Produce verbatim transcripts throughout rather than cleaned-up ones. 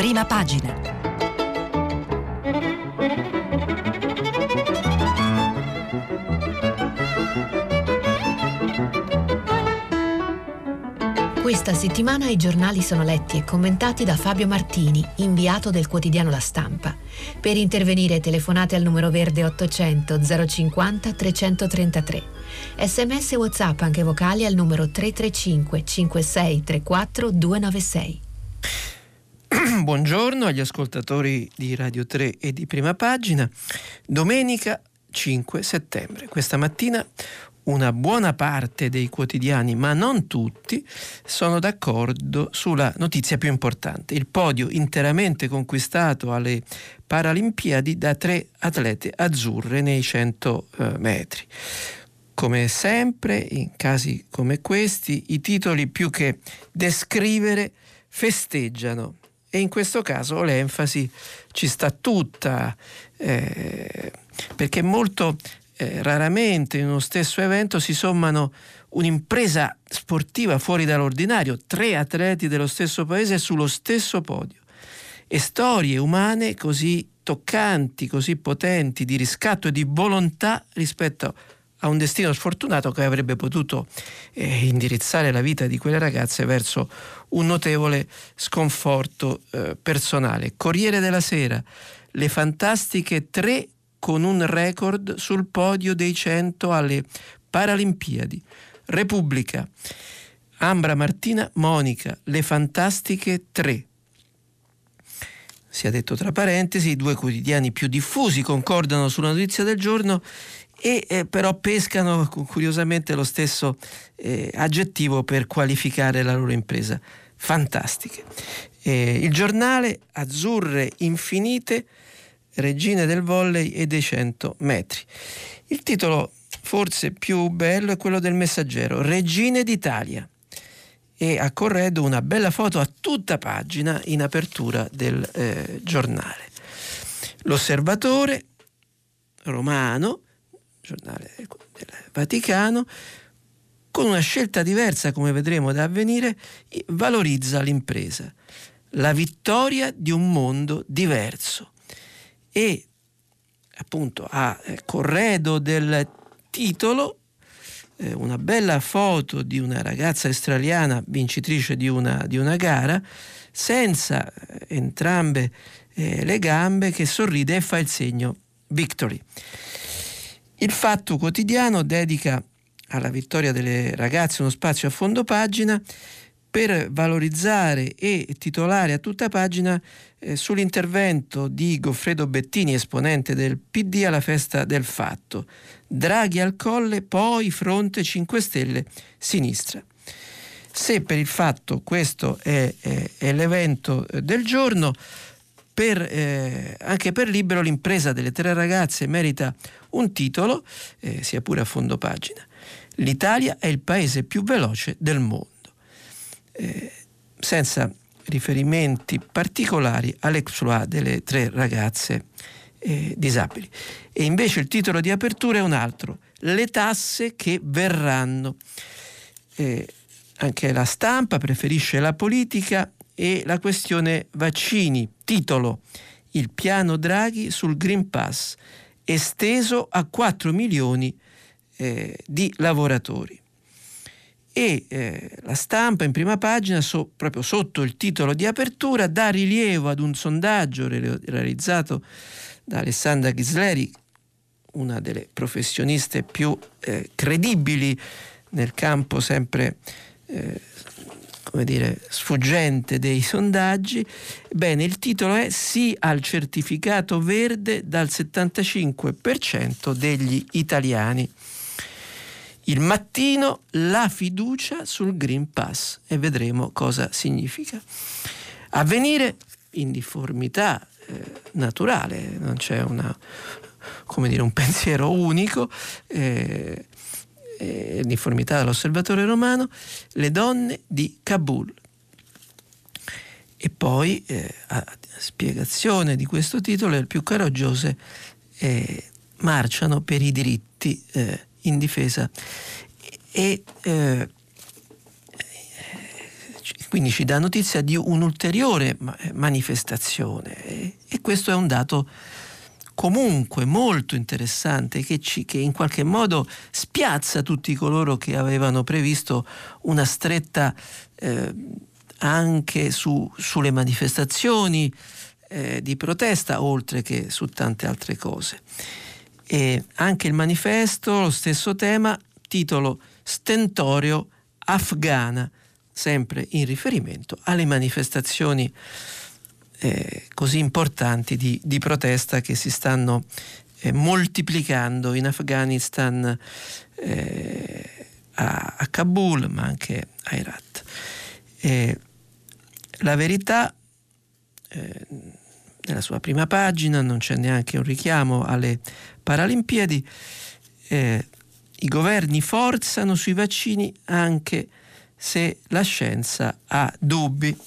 Prima pagina. Questa settimana i giornali sono letti e commentati da Fabio Martini, inviato del quotidiano La Stampa. Per intervenire telefonate al numero verde ottocento zero cinquanta trecentotrentatré. Sms e WhatsApp anche vocali al numero tre tre cinque cinque sei tre quattro due nove sei. Buongiorno agli ascoltatori di Radio tre e di Prima Pagina. Domenica cinque settembre. Questa mattina una buona parte dei quotidiani, ma non tutti, sono d'accordo sulla notizia più importante: il podio interamente conquistato alle Paralimpiadi da tre atlete azzurre nei cento eh, metri. Come sempre, in casi come questi, i titoli più che descrivere festeggiano, e in questo caso l'enfasi ci sta tutta, eh, perché molto Eh, raramente in uno stesso evento si sommano un'impresa sportiva fuori dall'ordinario, tre atleti dello stesso paese sullo stesso podio, e storie umane così toccanti, così potenti, di riscatto e di volontà rispetto a un destino sfortunato che avrebbe potuto eh, indirizzare la vita di quelle ragazze verso un notevole sconforto eh, personale. Corriere della Sera: le fantastiche tre con un record sul podio dei cento alle Paralimpiadi. Repubblica: Ambra, Martina, Monica, le fantastiche tre. Sia detto tra parentesi, i due quotidiani più diffusi concordano sulla notizia del giorno e eh, però pescano curiosamente lo stesso eh, aggettivo per qualificare la loro impresa: fantastiche. Eh, il Giornale: azzurre infinite, regine del volley e dei cento metri. Il titolo forse più bello è quello del Messaggero: Regine d'Italia, e a corredo una bella foto a tutta pagina in apertura del eh, giornale. L'Osservatore romano, giornale del Vaticano, con una scelta diversa, come vedremo da avvenire, valorizza l'impresa: la vittoria di un mondo diverso. E appunto a corredo del titolo eh, una bella foto di una ragazza australiana vincitrice di una, di una gara, senza eh, entrambe eh, le gambe, che sorride e fa il segno victory. Il Fatto Quotidiano dedica alla vittoria delle ragazze uno spazio a fondo pagina per valorizzare e titolare a tutta pagina eh, sull'intervento di Goffredo Bettini, esponente del P D alla festa del Fatto. Draghi al Colle, poi fronte cinque Stelle sinistra. Se per il Fatto questo è, è, è l'evento del giorno, per, eh, anche per Libero l'impresa delle tre ragazze merita un titolo, eh, sia pure a fondo pagina: l'Italia è il paese più veloce del mondo. Eh, senza riferimenti particolari all'exploit delle tre ragazze eh, disabili. E invece il titolo di apertura è un altro: le tasse che verranno. Eh, anche La Stampa preferisce la politica e la questione vaccini. Titolo: il piano Draghi sul Green Pass esteso a quattro milioni eh, di lavoratori. E eh, La Stampa in prima pagina, so, proprio sotto il titolo di apertura, dà rilievo ad un sondaggio re- realizzato da Alessandra Ghisleri, una delle professioniste più eh, credibili nel campo sempre eh, come dire sfuggente dei sondaggi. Bene, il titolo è: sì al certificato verde dal settantacinque per cento degli italiani. Il Mattino: la fiducia sul Green Pass, e vedremo cosa significa. Avvenire: in difformità eh, naturale, non c'è una, come dire, un pensiero unico, eh, eh, difformità dall'Osservatore Romano: le donne di Kabul. E poi, eh, a spiegazione di questo titolo, le più coraggiose eh, marciano per i diritti eh, in difesa. E eh, quindi ci dà notizia di un'ulteriore manifestazione e, e questo è un dato comunque molto interessante che, ci, che in qualche modo spiazza tutti coloro che avevano previsto una stretta eh, anche su, sulle manifestazioni eh, di protesta, oltre che su tante altre cose. E anche il manifesto, lo stesso tema, titolo Stentorio afghana, sempre in riferimento alle manifestazioni eh, così importanti di, di protesta che si stanno eh, moltiplicando in Afghanistan, eh, a, a Kabul, ma anche a Herat. Eh, la Verità, eh, nella sua prima pagina, non c'è neanche un richiamo alle Paralimpiadi, eh, i governi forzano sui vaccini anche se la scienza ha dubbi.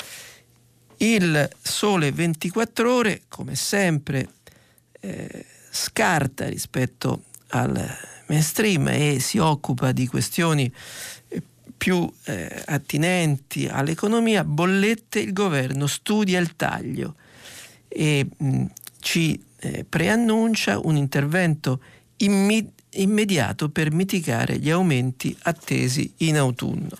Il Sole ventiquattro Ore, come sempre, eh, scarta rispetto al mainstream e si occupa di questioni eh, più eh, attinenti all'economia. Bollette, il governo studia il taglio e mh, ci eh, preannuncia un intervento immediato immediato per mitigare gli aumenti attesi in autunno.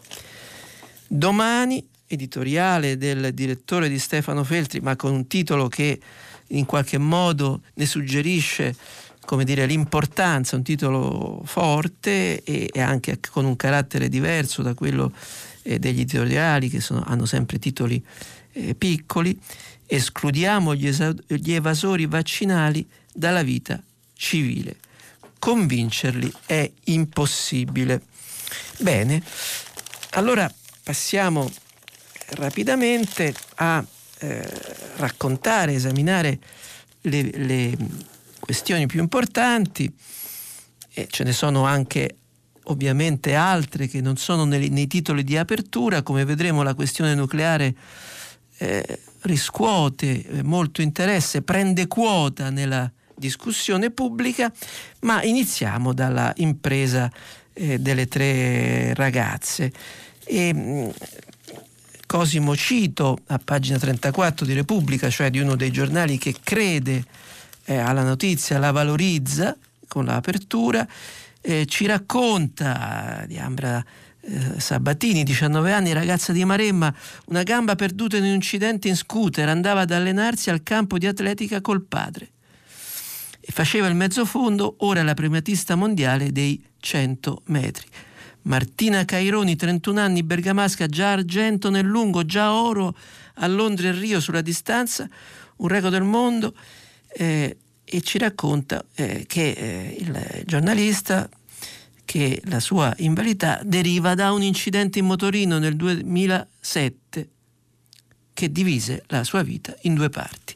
Domani, editoriale del direttore di Stefano Feltri, ma con un titolo che in qualche modo ne suggerisce, come dire, l'importanza, un titolo forte e, e anche con un carattere diverso da quello eh, degli editoriali che sono, hanno sempre titoli eh, piccoli. Escludiamo gli, esa- gli evasori vaccinali dalla vita civile. Convincerli è impossibile. Bene, allora passiamo rapidamente a eh, raccontare, esaminare le, le questioni più importanti, e ce ne sono anche ovviamente altre che non sono nei, nei titoli di apertura. Come vedremo, la questione nucleare eh, riscuote eh, molto interesse, prende quota nella discussione pubblica, ma iniziamo dalla impresa eh, delle tre ragazze. E, mh, Cosimo Cito, a pagina trentaquattro di Repubblica, cioè di uno dei giornali che crede eh, alla notizia, la valorizza con l'apertura, eh, ci racconta di Ambra eh, Sabatini, diciannove anni, ragazza di Maremma, una gamba perduta in un incidente in scooter, andava ad allenarsi al campo di atletica col padre e faceva il mezzofondo, ora è la primatista mondiale dei cento metri. Martina Caironi, trentuno anni, bergamasca, già argento nel lungo, già oro a Londra e Rio sulla distanza, un record del mondo, eh, e ci racconta eh, che eh, il giornalista che la sua invalidità deriva da un incidente in motorino nel duemilasette che divise la sua vita in due parti.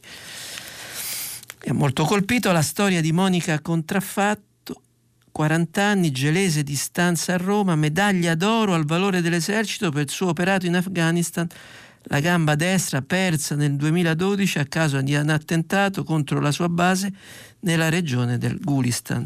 È molto colpito la storia di Monica Contraffatto, quaranta anni, gelese di stanza a Roma, medaglia d'oro al valore dell'esercito per il suo operato in Afghanistan, la gamba destra persa nel duemiladodici a causa di un attentato contro la sua base nella regione del Gulistan.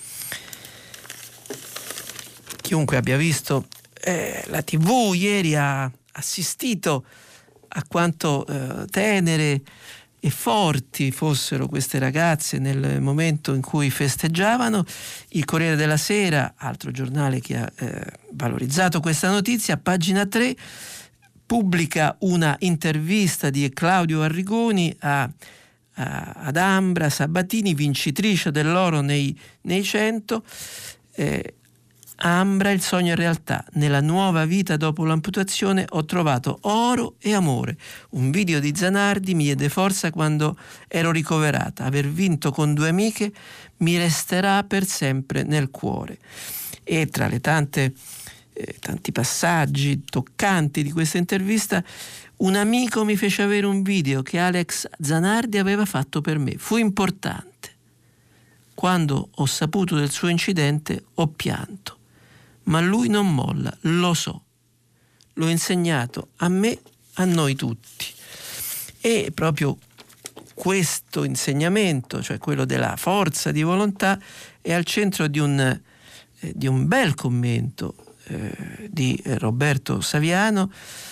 Chiunque abbia visto eh, la tivù ieri ha assistito a quanto eh, tenere e forti fossero queste ragazze nel momento in cui festeggiavano. Il Corriere della Sera, altro giornale che ha eh, valorizzato questa notizia, a pagina tre pubblica una intervista di Claudio Arrigoni a, a, ad Ambra Sabatini, vincitrice dell'oro nei, nei cento. eh, Ambra, il sogno è realtà. Nella nuova vita dopo l'amputazione ho trovato oro e amore. Un video di Zanardi mi diede forza quando ero ricoverata. Aver vinto con due amiche mi resterà per sempre nel cuore. E tra le tante eh, tanti passaggi toccanti di questa intervista, un amico mi fece avere un video che Alex Zanardi aveva fatto per me. Fu importante. Quando ho saputo del suo incidente ho pianto. Ma lui non molla, lo so. L'ho insegnato a me, a noi tutti. E proprio questo insegnamento, cioè quello della forza di volontà, è al centro di un, eh, di un bel commento eh, di Roberto Saviano,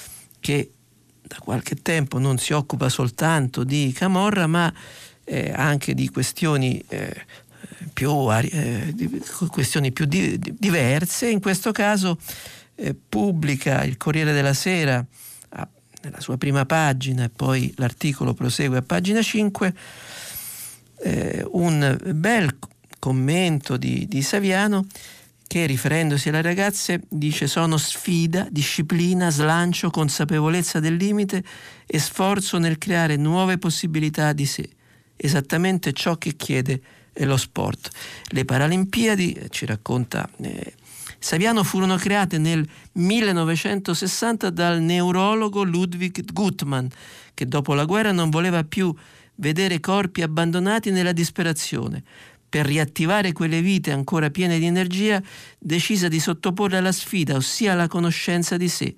che da qualche tempo non si occupa soltanto di camorra, ma eh, anche di questioni eh, più, eh, di, questioni più di, di, diverse. In questo caso eh, pubblica il Corriere della Sera a, nella sua prima pagina, e poi l'articolo prosegue a pagina cinque, eh, un bel commento di, di Saviano, che, riferendosi alle ragazze, dice: sono sfida, disciplina, slancio, consapevolezza del limite e sforzo nel creare nuove possibilità di sé, esattamente ciò che chiede lo sport. Le Paralimpiadi, ci racconta eh, Saviano, furono create nel millenovecentosessanta dal neurologo Ludwig Guttmann, che dopo la guerra non voleva più vedere corpi abbandonati nella disperazione. Per riattivare quelle vite ancora piene di energia, decise di sottoporre alla sfida, ossia alla conoscenza di sé.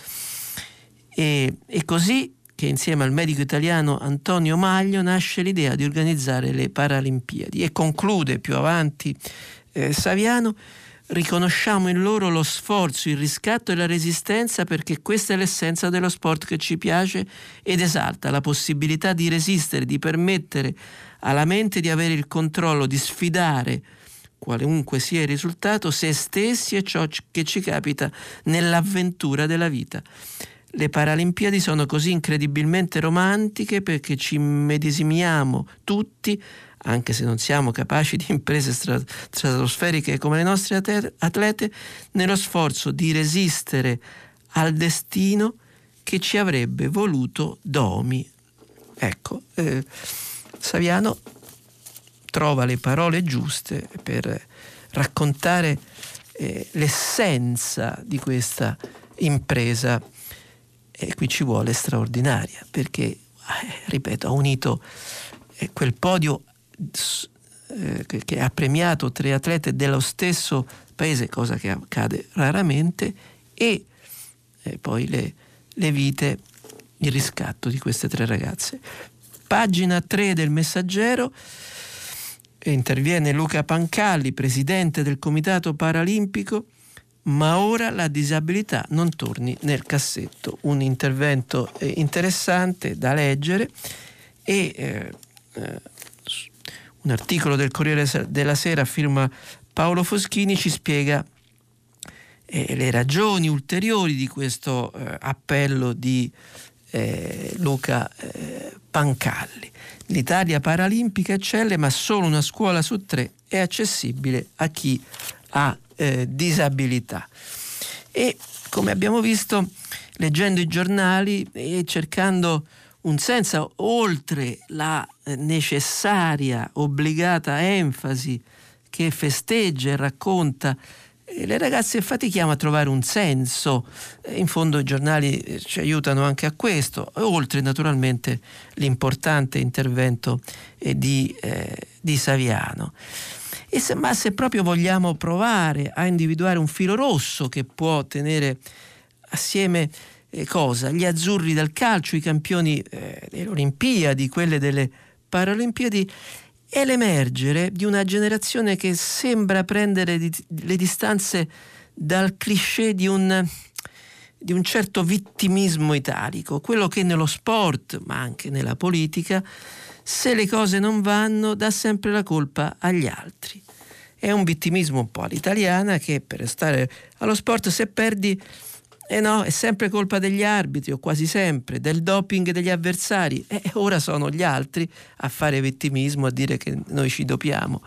E, e così che insieme al medico italiano Antonio Maglio nasce l'idea di organizzare le Paralimpiadi. E conclude più avanti eh, Saviano: riconosciamo in loro lo sforzo, il riscatto e la resistenza, perché questa è l'essenza dello sport che ci piace ed esalta la possibilità di resistere, di permettere alla mente di avere il controllo, di sfidare, qualunque sia il risultato, se stessi e ciò che ci capita nell'avventura della vita. Le Paralimpiadi sono così incredibilmente romantiche perché ci medesimiamo tutti, anche se non siamo capaci di imprese stratosferiche come le nostre atlete, nello sforzo di resistere al destino che ci avrebbe voluto domi. Ecco, eh, Saviano trova le parole giuste per raccontare eh, l'essenza di questa impresa, e qui ci vuole straordinaria, perché, eh, ripeto, ha unito eh, quel podio eh, che, che ha premiato tre atlete dello stesso paese, cosa che accade raramente, e eh, poi le, le vite, il riscatto di queste tre ragazze. Pagina tre del Messaggero, interviene Luca Pancalli, presidente del Comitato Paralimpico: ma ora la disabilità non torni nel cassetto. Un intervento eh, interessante da leggere, e eh, eh, un articolo del Corriere della Sera a firma Paolo Foschini ci spiega eh, le ragioni ulteriori di questo eh, appello di eh, Luca eh, Pancalli. L'Italia paralimpica eccelle, ma solo una scuola su tre è accessibile a chi ha eh, disabilità. E come abbiamo visto, leggendo i giornali e cercando un senso oltre la necessaria, obbligata enfasi che festeggia e racconta, le ragazze fatichiamo a trovare un senso. In fondo i giornali ci aiutano anche a questo, oltre naturalmente l'importante intervento di, eh, di Saviano. E se, ma se proprio vogliamo provare a individuare un filo rosso che può tenere assieme eh, cosa? Gli azzurri del calcio, i campioni eh, delle Olimpiadi, quelle delle Paralimpiadi, è l'emergere di una generazione che sembra prendere di, le distanze dal cliché di un, di un certo vittimismo italico, quello che nello sport, ma anche nella politica, se le cose non vanno dà sempre la colpa agli altri. È un vittimismo un po' all'italiana, che per stare allo sport, se perdi, eh no, è sempre colpa degli arbitri, o quasi sempre, del doping degli avversari, e ora sono gli altri a fare vittimismo, a dire che noi ci dopiamo.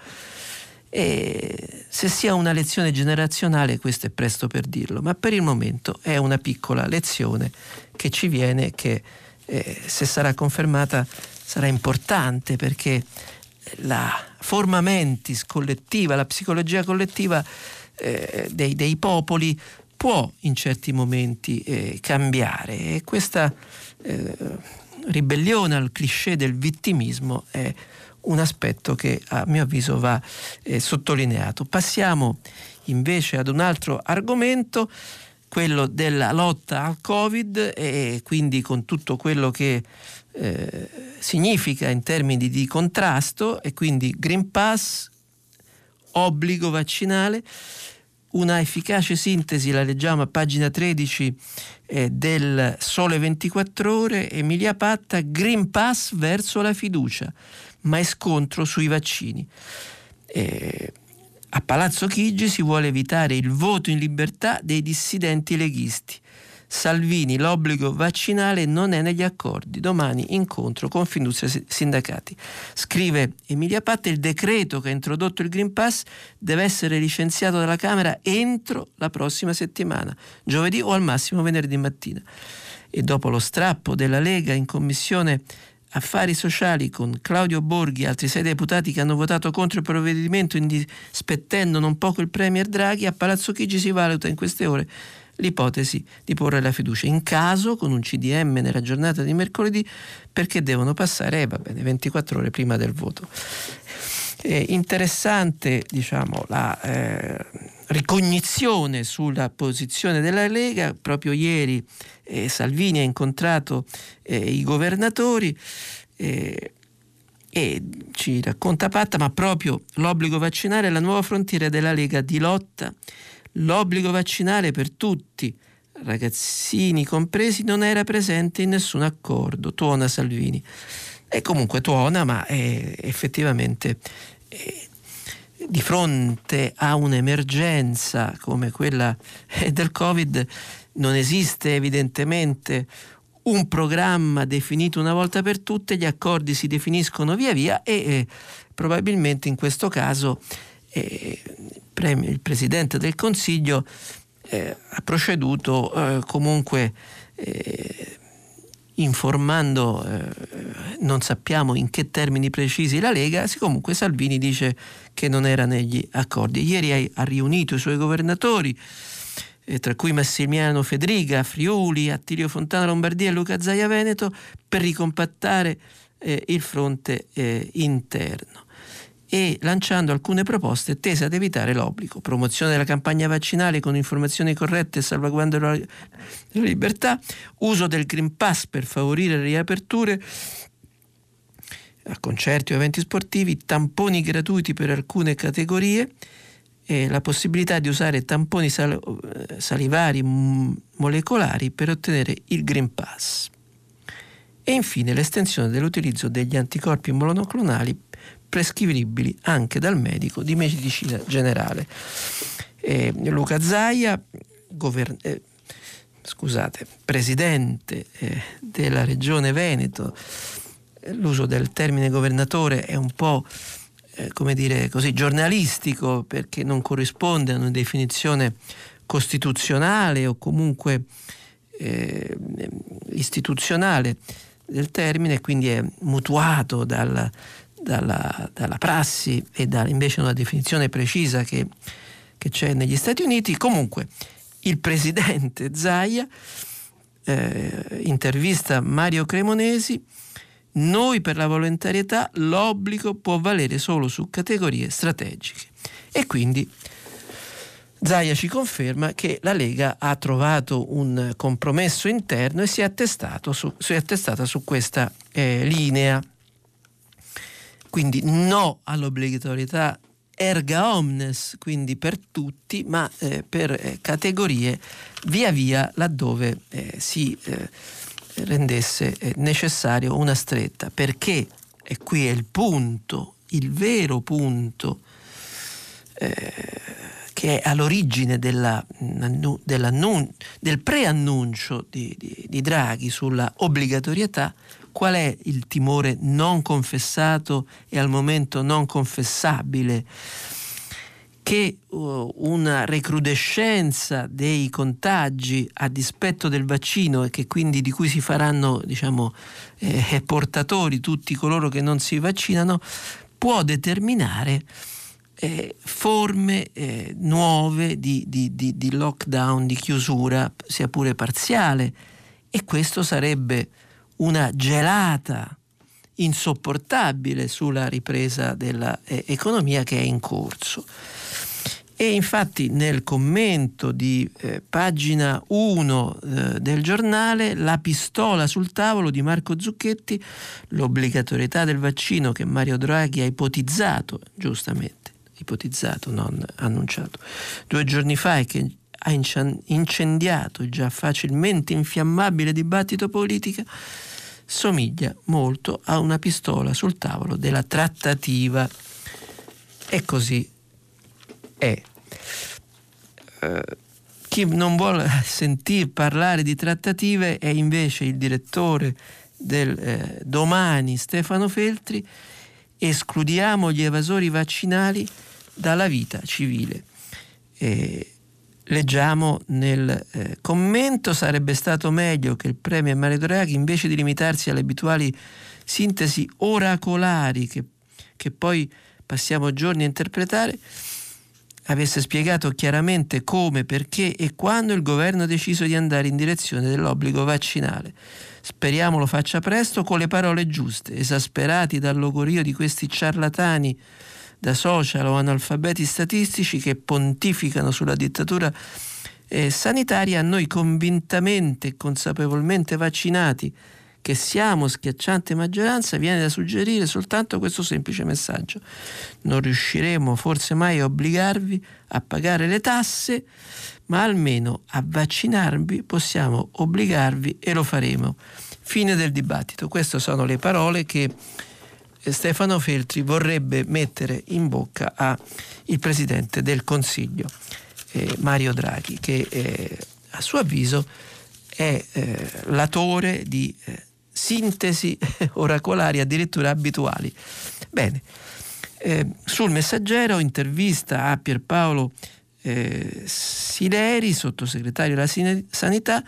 E se sia una lezione generazionale, questo è presto per dirlo, ma per il momento è una piccola lezione che ci viene, che eh, se sarà confermata sarà importante, perché la forma mentis collettiva, la psicologia collettiva eh, dei, dei popoli può in certi momenti eh, cambiare, e questa eh, ribellione al cliché del vittimismo è un aspetto che a mio avviso va eh, sottolineato. Passiamo invece ad un altro argomento, quello della lotta al Covid, e quindi con tutto quello che eh, significa in termini di contrasto, e quindi Green Pass, obbligo vaccinale. una efficace sintesi la leggiamo a pagina tredici eh, del Sole ventiquattro Ore. Emilia Patta: Green Pass verso la fiducia, ma è scontro sui vaccini. Eh, a Palazzo Chigi si vuole evitare il voto in libertà dei dissidenti leghisti. Salvini: l'obbligo vaccinale non è negli accordi. Domani incontro Confindustria sindacati. Scrive Emilia Patta: il decreto che ha introdotto il Green Pass deve essere licenziato dalla Camera entro la prossima settimana, giovedì o al massimo venerdì mattina. E dopo lo strappo della Lega in Commissione Affari Sociali con Claudio Borghi e altri sei deputati che hanno votato contro il provvedimento indispettendo non poco il premier Draghi, a Palazzo Chigi si valuta in queste ore l'ipotesi di porre la fiducia in caso con un C D M nella giornata di mercoledì, perché devono passare eh, va bene, ventiquattro ore prima del voto. È interessante, diciamo, la eh, ricognizione sulla posizione della Lega. Proprio ieri eh, Salvini ha incontrato eh, i governatori eh, e ci racconta Patta: ma proprio l'obbligo vaccinale è la nuova frontiera della Lega di lotta. L'obbligo vaccinale per tutti, ragazzini compresi, non era presente in nessun accordo, tuona Salvini. E comunque tuona, ma è effettivamente eh, di fronte a un'emergenza come quella eh, del Covid non esiste evidentemente un programma definito una volta per tutte, gli accordi si definiscono via via e eh, probabilmente in questo caso eh, il Presidente del Consiglio eh, ha proceduto eh, comunque eh, informando, eh, non sappiamo in che termini precisi, la Lega. Comunque Salvini dice che non era negli accordi. Ieri ha riunito i suoi governatori, eh, tra cui Massimiliano Fedriga, Friuli, Attilio Fontana, Lombardia e Luca Zaia, Veneto, per ricompattare eh, il fronte eh, interno, e lanciando alcune proposte tese ad evitare l'obbligo: promozione della campagna vaccinale con informazioni corrette e salvaguardia della libertà, uso del Green Pass per favorire le riaperture a concerti o eventi sportivi, tamponi gratuiti per alcune categorie e la possibilità di usare tamponi sal- salivari m- molecolari per ottenere il Green Pass. E infine l'estensione dell'utilizzo degli anticorpi monoclonali prescrivibili anche dal medico di medicina generale. Eh, Luca Zaia, govern- eh, scusate, presidente eh, della Regione Veneto, eh, l'uso del termine governatore è un po' eh, come dire così giornalistico, perché non corrisponde a una definizione costituzionale o comunque eh, istituzionale del termine, quindi è mutuato dal Dalla, dalla prassi e da invece una definizione precisa che, che c'è negli Stati Uniti. Comunque il presidente Zaia eh, intervista Mario Cremonesi: noi per la volontarietà l'obbligo può valere solo su categorie strategiche. E quindi Zaia ci conferma che la Lega ha trovato un compromesso interno e si è attestato su, si è attestata su questa eh, linea. Quindi no all'obbligatorietà erga omnes, quindi per tutti, ma eh, per eh, categorie via via laddove eh, si eh, rendesse eh, necessario una stretta. Perché, e qui è il punto, il vero punto eh, che è all'origine della, della, del preannuncio di, di, di Draghi sulla obbligatorietà. Qual è il timore non confessato e al momento non confessabile? Che uh, una recrudescenza dei contagi a dispetto del vaccino, e che quindi di cui si faranno, diciamo, eh, portatori tutti coloro che non si vaccinano, può determinare eh, forme eh, nuove di, di, di, di lockdown, di chiusura, sia pure parziale, e questo sarebbe una gelata insopportabile sulla ripresa dell'economia che è in corso. E infatti nel commento di eh, pagina uno eh, del giornale, la pistola sul tavolo di Marco Zucchetti, l'obbligatorietà del vaccino che Mario Draghi ha ipotizzato giustamente ipotizzato, non annunciato, due giorni fa e che ha incendiato il già facilmente infiammabile dibattito politico, somiglia molto a una pistola sul tavolo della trattativa. E così è. Uh, chi non vuole sentir parlare di trattative è invece il direttore del eh, Domani, Stefano Feltri. Escludiamo gli evasori vaccinali dalla vita civile. E leggiamo nel eh, commento: sarebbe stato meglio che il premier Mario Draghi, invece di limitarsi alle abituali sintesi oracolari che, che poi passiamo giorni a interpretare, avesse spiegato chiaramente come, perché e quando il governo ha deciso di andare in direzione dell'obbligo vaccinale. Speriamo lo faccia presto con le parole giuste, esasperati dal logorio di questi ciarlatani da social o analfabeti statistici che pontificano sulla dittatura eh, sanitaria. A noi convintamente e consapevolmente vaccinati, che siamo schiacciante maggioranza, viene da suggerire soltanto questo semplice messaggio: non riusciremo forse mai a obbligarvi a pagare le tasse, ma almeno a vaccinarvi possiamo obbligarvi e lo faremo. Fine del dibattito. Queste sono le parole che Stefano Feltri vorrebbe mettere in bocca al Presidente del Consiglio, eh, Mario Draghi, che eh, a suo avviso è eh, l'autore di eh, sintesi oracolari addirittura abituali. Bene, eh, sul Messaggero intervista a Pierpaolo eh, Sileri, sottosegretario della Sanità,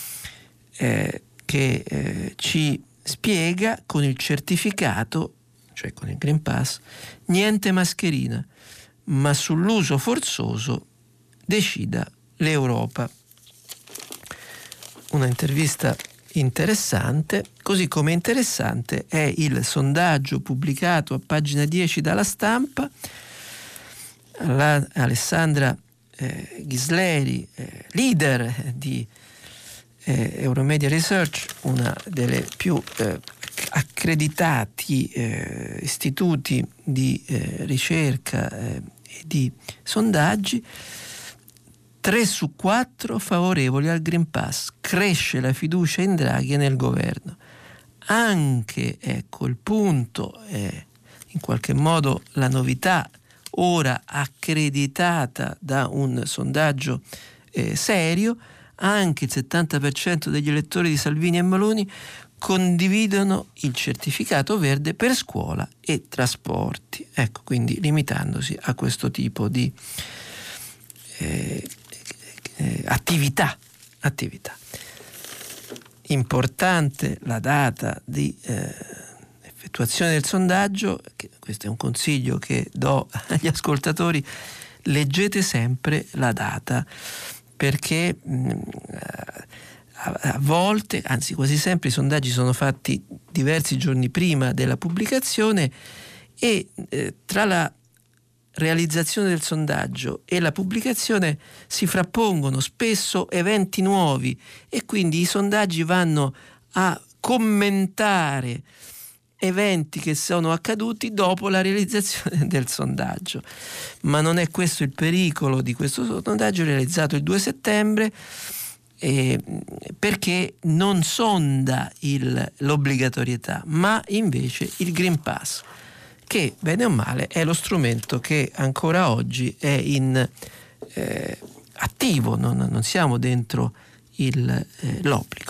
eh, che eh, ci spiega con il certificato, cioè con il Green Pass, niente mascherina, ma sull'uso forzoso decida l'Europa. Una intervista interessante, così come interessante è il sondaggio pubblicato a pagina dieci dalla Stampa. La Alessandra eh, Ghisleri, eh, leader di eh, Euromedia Research, una delle più eh, accreditati eh, istituti di eh, ricerca eh, e di sondaggi, tre su quattro favorevoli al Green Pass. Cresce la fiducia in Draghi e nel governo. Anche, ecco, il punto è in qualche modo la novità ora accreditata da un sondaggio eh, serio. Anche il settanta per cento degli elettori di Salvini e Meloni condividono il certificato verde per scuola e trasporti. Ecco, quindi limitandosi a questo tipo di eh, eh, attività, attività. Importante la data di eh, effettuazione del sondaggio, che questo è un consiglio che do agli ascoltatori: leggete sempre la data, perché mh, a, a volte, anzi quasi sempre, i sondaggi sono fatti diversi giorni prima della pubblicazione e eh, tra la realizzazione del sondaggio e la pubblicazione si frappongono spesso eventi nuovi e quindi i sondaggi vanno a commentare eventi che sono accaduti dopo la realizzazione del sondaggio. Ma non è questo il pericolo di questo sondaggio realizzato il due settembre, eh, perché non sonda il, l'obbligatorietà, ma invece il Green Pass, che bene o male è lo strumento che ancora oggi è in eh, attivo, non, non siamo dentro il, eh, l'obbligo.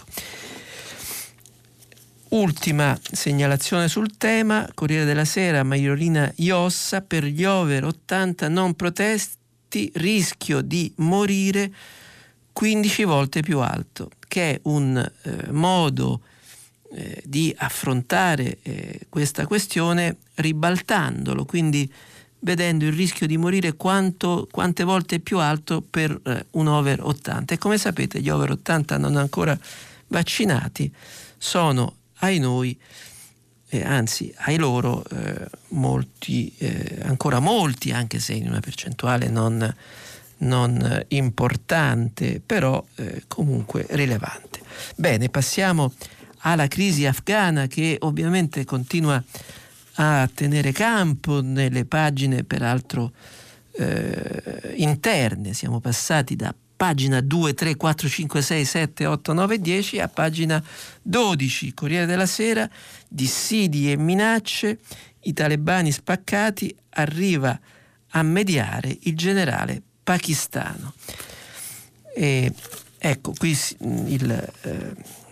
Ultima segnalazione sul tema: Corriere della Sera, Maiorina Iossa, per gli over ottanta non protesti, rischio di morire quindici volte più alto, che è un eh, modo eh, di affrontare eh, questa questione ribaltandolo, quindi vedendo il rischio di morire quanto, quante volte più alto per eh, un over ottanta. E come sapete, gli over ottanta non ancora vaccinati sono, ai noi, eh, anzi ai loro, eh, molti, eh, ancora molti, anche se in una percentuale non, non importante, però eh, comunque rilevante. Bene, passiamo alla crisi afghana, che ovviamente continua a tenere campo nelle pagine peraltro eh, interne. Siamo passati da pagina due, tre, quattro, cinque, sei, sette, otto, nove, dieci a pagina dodici, Corriere della Sera, dissidi e minacce, i talebani spaccati, arriva a mediare il generale pakistano. E ecco qui il eh,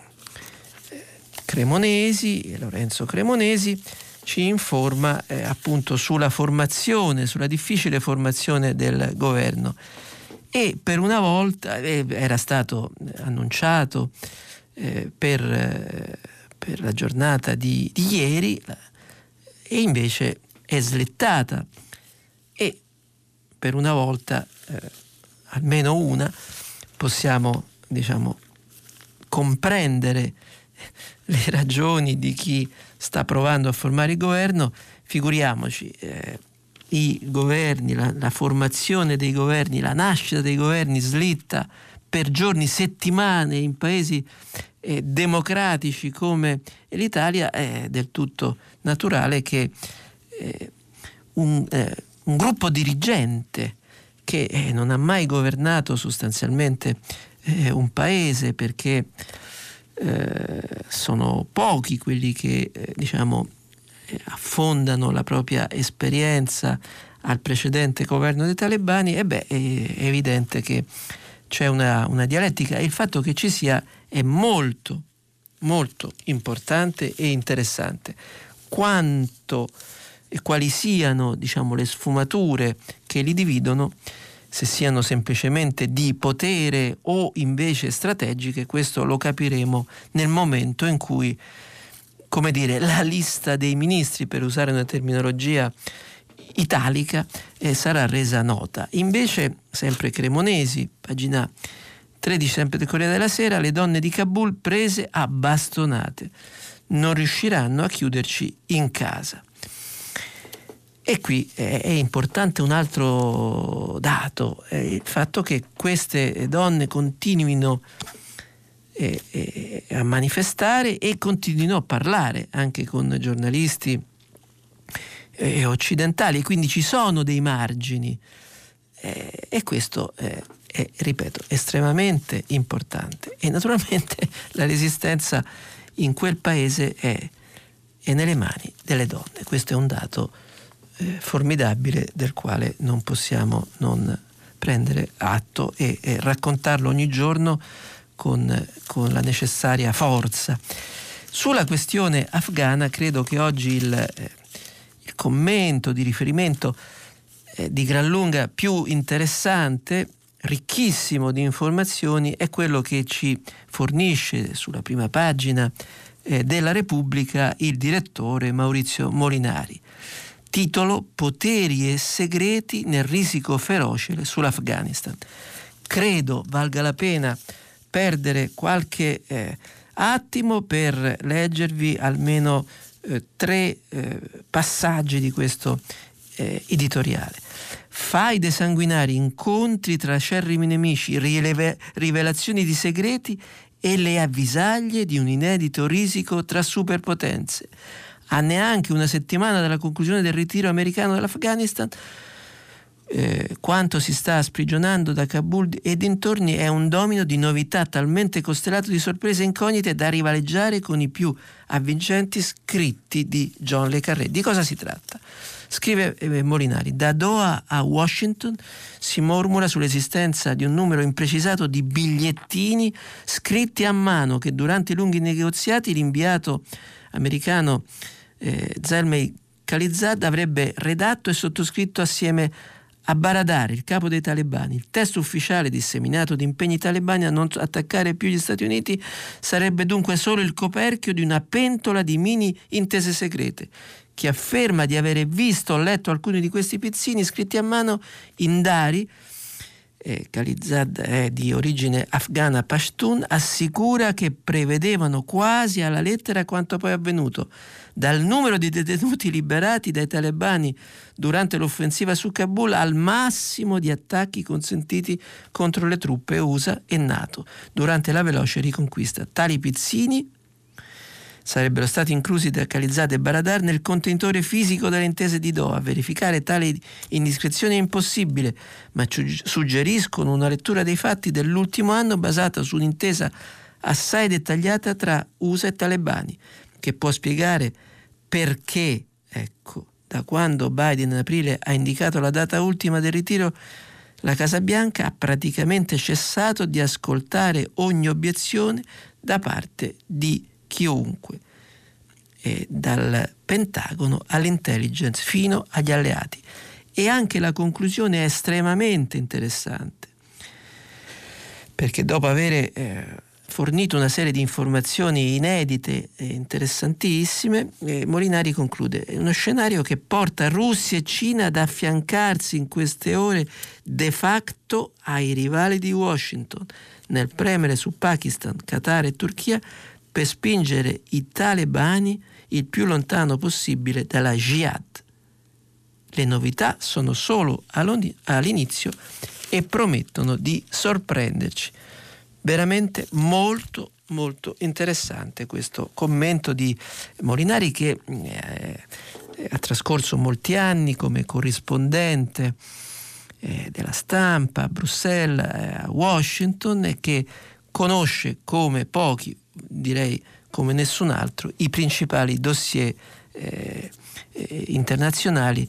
Cremonesi, Lorenzo Cremonesi ci informa eh, appunto sulla formazione, sulla difficile formazione del governo. E per una volta eh, era stato annunciato eh, per, eh, per la giornata di, di ieri, e invece è slittata, e per una volta, eh, almeno una, possiamo diciamo comprendere le ragioni di chi sta provando a formare il governo. Figuriamoci, eh, i governi, la, la formazione dei governi, la nascita dei governi slitta per giorni, settimane in paesi eh, democratici come l'Italia. È del tutto naturale che eh, un, eh, un gruppo dirigente che eh, non ha mai governato sostanzialmente eh, un paese, perché eh, sono pochi quelli che eh, diciamo affondano la propria esperienza al precedente governo dei talebani, e beh, è evidente che c'è una, una dialettica, e il fatto che ci sia è molto, molto importante e interessante. Quanto e quali siano, diciamo, le sfumature che li dividono, se siano semplicemente di potere o invece strategiche, questo lo capiremo nel momento in cui, come dire, la lista dei ministri, per usare una terminologia italica, eh, sarà resa nota. Invece, sempre Cremonesi, pagina tredici, sempre del Corriere della Sera, le donne di Kabul prese a bastonate, non riusciranno a chiuderci in casa. E qui eh, è importante un altro dato, eh, il fatto che queste donne continuino E, e, a manifestare e continuino a parlare anche con giornalisti eh, occidentali, quindi ci sono dei margini, eh, e questo è, è, ripeto, estremamente importante. E naturalmente la resistenza in quel paese è, è nelle mani delle donne. Questo è un dato eh, formidabile, del quale non possiamo non prendere atto e, e raccontarlo ogni giorno Con, con la necessaria forza. Sulla questione afghana credo che oggi il, eh, il commento di riferimento eh, di gran lunga più interessante, ricchissimo di informazioni, è quello che ci fornisce sulla prima pagina eh, della Repubblica il direttore Maurizio Molinari. Titolo: Poteri e segreti nel risico feroce sull'Afghanistan. Credo valga la pena perdere qualche eh, attimo per leggervi almeno eh, tre eh, passaggi di questo eh, editoriale. Faide sanguinari, incontri tra acerrimi nemici, rileve, rivelazioni di segreti e le avvisaglie di un inedito risico tra superpotenze. A neanche una settimana dalla conclusione del ritiro americano dall'Afghanistan, Eh, quanto si sta sprigionando da Kabul e dintorni è un domino di novità talmente costellato di sorprese incognite da rivaleggiare con i più avvincenti scritti di John le Carré. Di cosa si tratta? Scrive eh, Molinari: da Doha a Washington si mormora sull'esistenza di un numero imprecisato di bigliettini scritti a mano che durante i lunghi negoziati l'inviato americano eh, Zalmay Khalilzad avrebbe redatto e sottoscritto assieme a Baradar, il capo dei talebani. Il testo ufficiale disseminato di impegni talebani a non attaccare più gli Stati Uniti sarebbe dunque solo il coperchio di una pentola di mini intese segrete. Chi afferma di avere visto o letto alcuni di questi pizzini scritti a mano in dari, eh, Khalilzad è di origine afghana pashtun, assicura che prevedevano quasi alla lettera quanto poi avvenuto. Dal numero di detenuti liberati dai talebani durante l'offensiva su Kabul al massimo di attacchi consentiti contro le truppe U S A e NATO durante la veloce riconquista. Tali pizzini sarebbero stati inclusi da Khalilzad e Baradar nel contenitore fisico delle intese di Doha. Verificare tale indiscrezione è impossibile, ma suggeriscono una lettura dei fatti dell'ultimo anno basata su un'intesa assai dettagliata tra U S A e talebani, che può spiegare perché, ecco, da quando Biden in aprile ha indicato la data ultima del ritiro, la Casa Bianca ha praticamente cessato di ascoltare ogni obiezione da parte di chiunque, eh, dal Pentagono all'intelligence fino agli alleati. E anche la conclusione è estremamente interessante, perché dopo avere eh, fornito una serie di informazioni inedite e interessantissime, eh, Molinari conclude: è uno scenario che porta Russia e Cina ad affiancarsi in queste ore de facto ai rivali di Washington nel premere su Pakistan, Qatar e Turchia per spingere i talebani il più lontano possibile dalla jihad. Le novità sono solo all'inizio e promettono di sorprenderci. Veramente molto molto interessante questo commento di Molinari, che eh, ha trascorso molti anni come corrispondente eh, della Stampa a Bruxelles, eh, a Washington, e che conosce come pochi, direi come nessun altro, i principali dossier eh, eh, internazionali.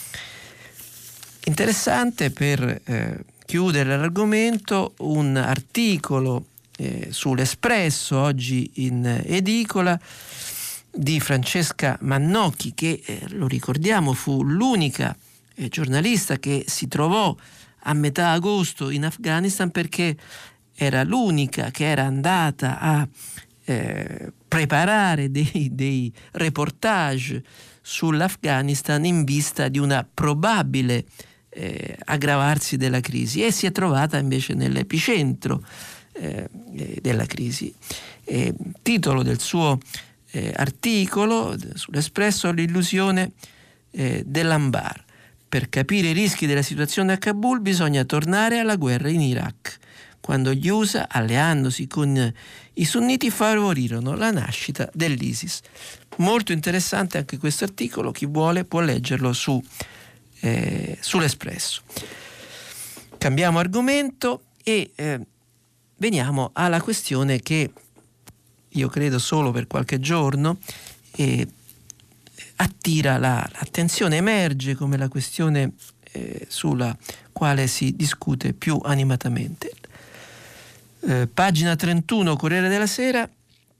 Interessante, per eh, chiudere l'argomento, un articolo eh, sull'Espresso oggi in edicola di Francesca Mannocchi, che eh, lo ricordiamo fu l'unica eh, giornalista che si trovò a metà agosto in Afghanistan, perché era l'unica che era andata a eh, preparare dei, dei reportage sull'Afghanistan in vista di una probabile Eh, aggravarsi della crisi, e si è trovata invece nell'epicentro eh, della crisi. Eh, titolo del suo eh, articolo sull'Espresso: l'illusione eh, dell'Anbar. Per capire i rischi della situazione a Kabul bisogna tornare alla guerra in Iraq, quando gli U S A, alleandosi con i sunniti, favorirono la nascita dell'ISIS. Molto interessante anche questo articolo, chi vuole può leggerlo su Eh, sull'Espresso. Cambiamo argomento e eh, veniamo alla questione che io credo solo per qualche giorno eh, attira la, l'attenzione, emerge come la questione eh, sulla quale si discute più animatamente. Eh, pagina trentuno, Corriere della Sera,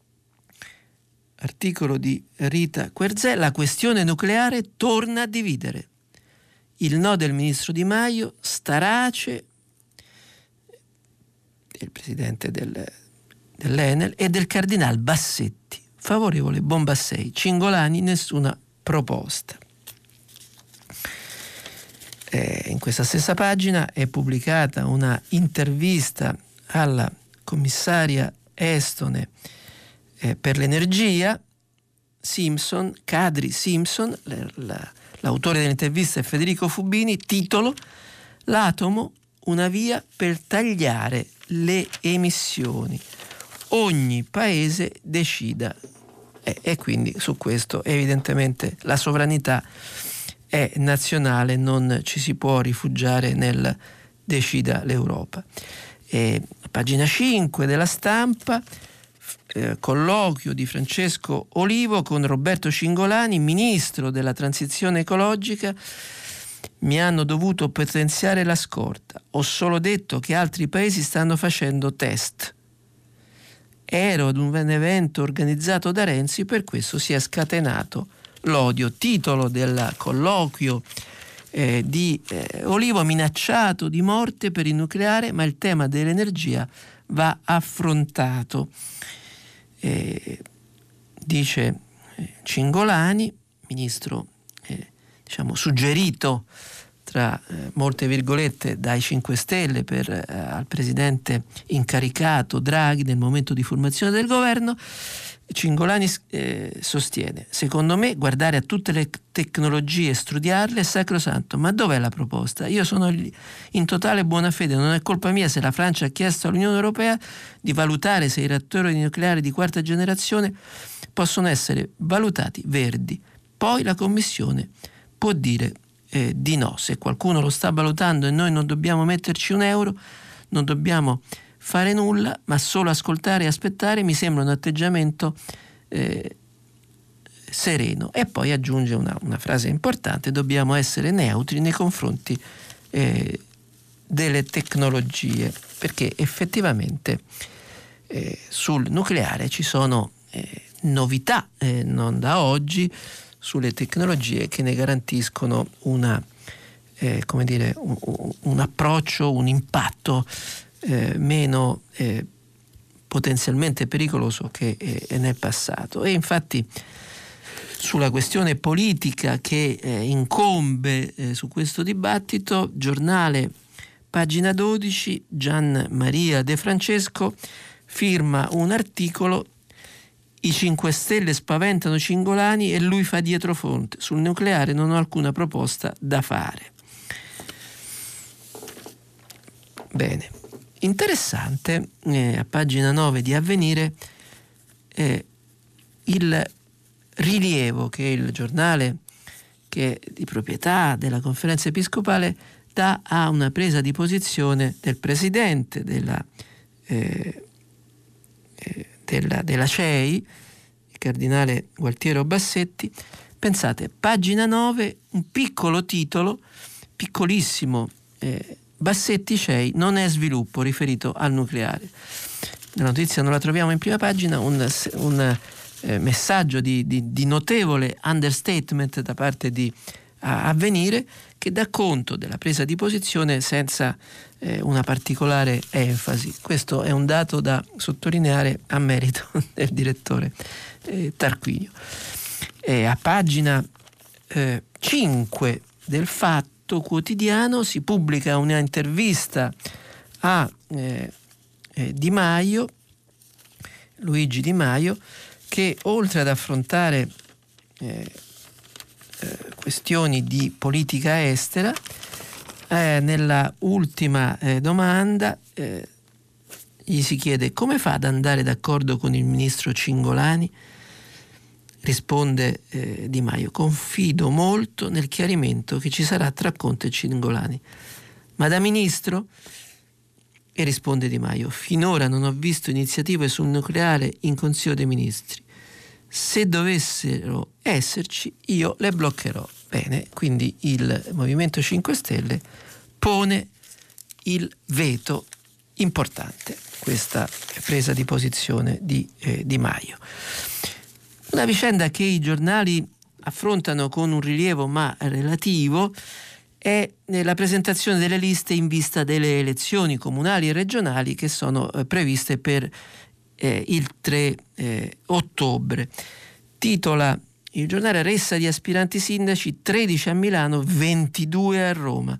articolo di Rita Querzè: la questione nucleare torna a dividere. Il no del ministro Di Maio, Starace, del presidente del, dell'Enel, e del cardinal Bassetti. Favorevole Bombassei, Cingolani nessuna proposta. Eh, in questa stessa pagina è pubblicata una intervista alla commissaria estone eh, per l'energia, Simpson, Kadri Simpson. La, la, L'autore dell'intervista è Federico Fubini. Titolo: l'atomo, una via per tagliare le emissioni. Ogni paese decida. E, e quindi su questo evidentemente la sovranità è nazionale, non ci si può rifugiare nel decida l'Europa. E, pagina cinque della Stampa, Eh, colloquio di Francesco Olivo con Roberto Cingolani, ministro della transizione ecologica. Mi hanno dovuto potenziare la scorta, ho solo detto che altri paesi stanno facendo test. Ero ad un evento organizzato da Renzi, per questo si è scatenato l'odio. Titolo del colloquio eh, di eh, Olivo: minacciato di morte per il nucleare, ma il tema dell'energia va affrontato. Eh, dice eh, Cingolani, ministro eh, diciamo suggerito tra eh, molte virgolette dai cinque Stelle per eh, al presidente incaricato Draghi nel momento di formazione del governo, Cingolani eh, sostiene: secondo me guardare a tutte le tecnologie e studiarle è sacrosanto, ma dov'è la proposta? Io sono in totale buona fede, non è colpa mia se la Francia ha chiesto all'Unione Europea di valutare se i reattori nucleari di quarta generazione possono essere valutati verdi, poi la Commissione può dire eh, di no. Se qualcuno lo sta valutando e noi non dobbiamo metterci un euro, non dobbiamo fare nulla, ma solo ascoltare e aspettare, mi sembra un atteggiamento eh, sereno. E poi aggiunge una, una frase importante: dobbiamo essere neutri nei confronti eh, delle tecnologie, perché effettivamente eh, sul nucleare ci sono eh, novità, eh, non da oggi, sulle tecnologie che ne garantiscono una, eh, come dire, un, un approccio, un impatto Eh, meno eh, potenzialmente pericoloso che eh, nel passato. E infatti sulla questione politica che eh, incombe eh, su questo dibattito, Giornale, pagina dodici, Gian Maria De Francesco firma un articolo: i cinque Stelle spaventano Cingolani e lui fa dietrofront, sul nucleare non ho alcuna proposta da fare. Bene. Interessante, eh, a pagina nove di Avvenire, eh, il rilievo che il giornale, che è di proprietà della Conferenza Episcopale, dà a una presa di posizione del presidente della, eh, eh, della, della C E I, il cardinale Gualtiero Bassetti. Pensate, pagina nove, un piccolo titolo, piccolissimo, eh, Bassetti C E I non è sviluppo, riferito al nucleare. La notizia non la troviamo in prima pagina, un, un eh, messaggio di, di, di notevole understatement da parte di Avvenire, che dà conto della presa di posizione senza eh, una particolare enfasi. Questo è un dato da sottolineare a merito del direttore eh, Tarquinio. E a pagina eh, cinque del Fatto Quotidiano si pubblica una intervista a eh, eh, Di Maio, Luigi Di Maio, che oltre ad affrontare eh, eh, questioni di politica estera, eh, nella ultima eh, domanda eh, gli si chiede: come fa ad andare d'accordo con il ministro Cingolani? Risponde eh, Di Maio: confido molto nel chiarimento che ci sarà tra Conte e Cingolani. Ma da ministro? E risponde Di Maio: finora non ho visto iniziative sul nucleare in Consiglio dei Ministri. Se dovessero esserci, io le bloccherò. Bene, quindi il Movimento cinque Stelle pone il veto. Importante questa presa di posizione di eh, Di Maio. Una vicenda che i giornali affrontano con un rilievo ma relativo è la presentazione delle liste in vista delle elezioni comunali e regionali che sono eh, previste per eh, il tre eh, ottobre. Titola il giornale: ressa di aspiranti sindaci, tredici a Milano, ventidue a Roma.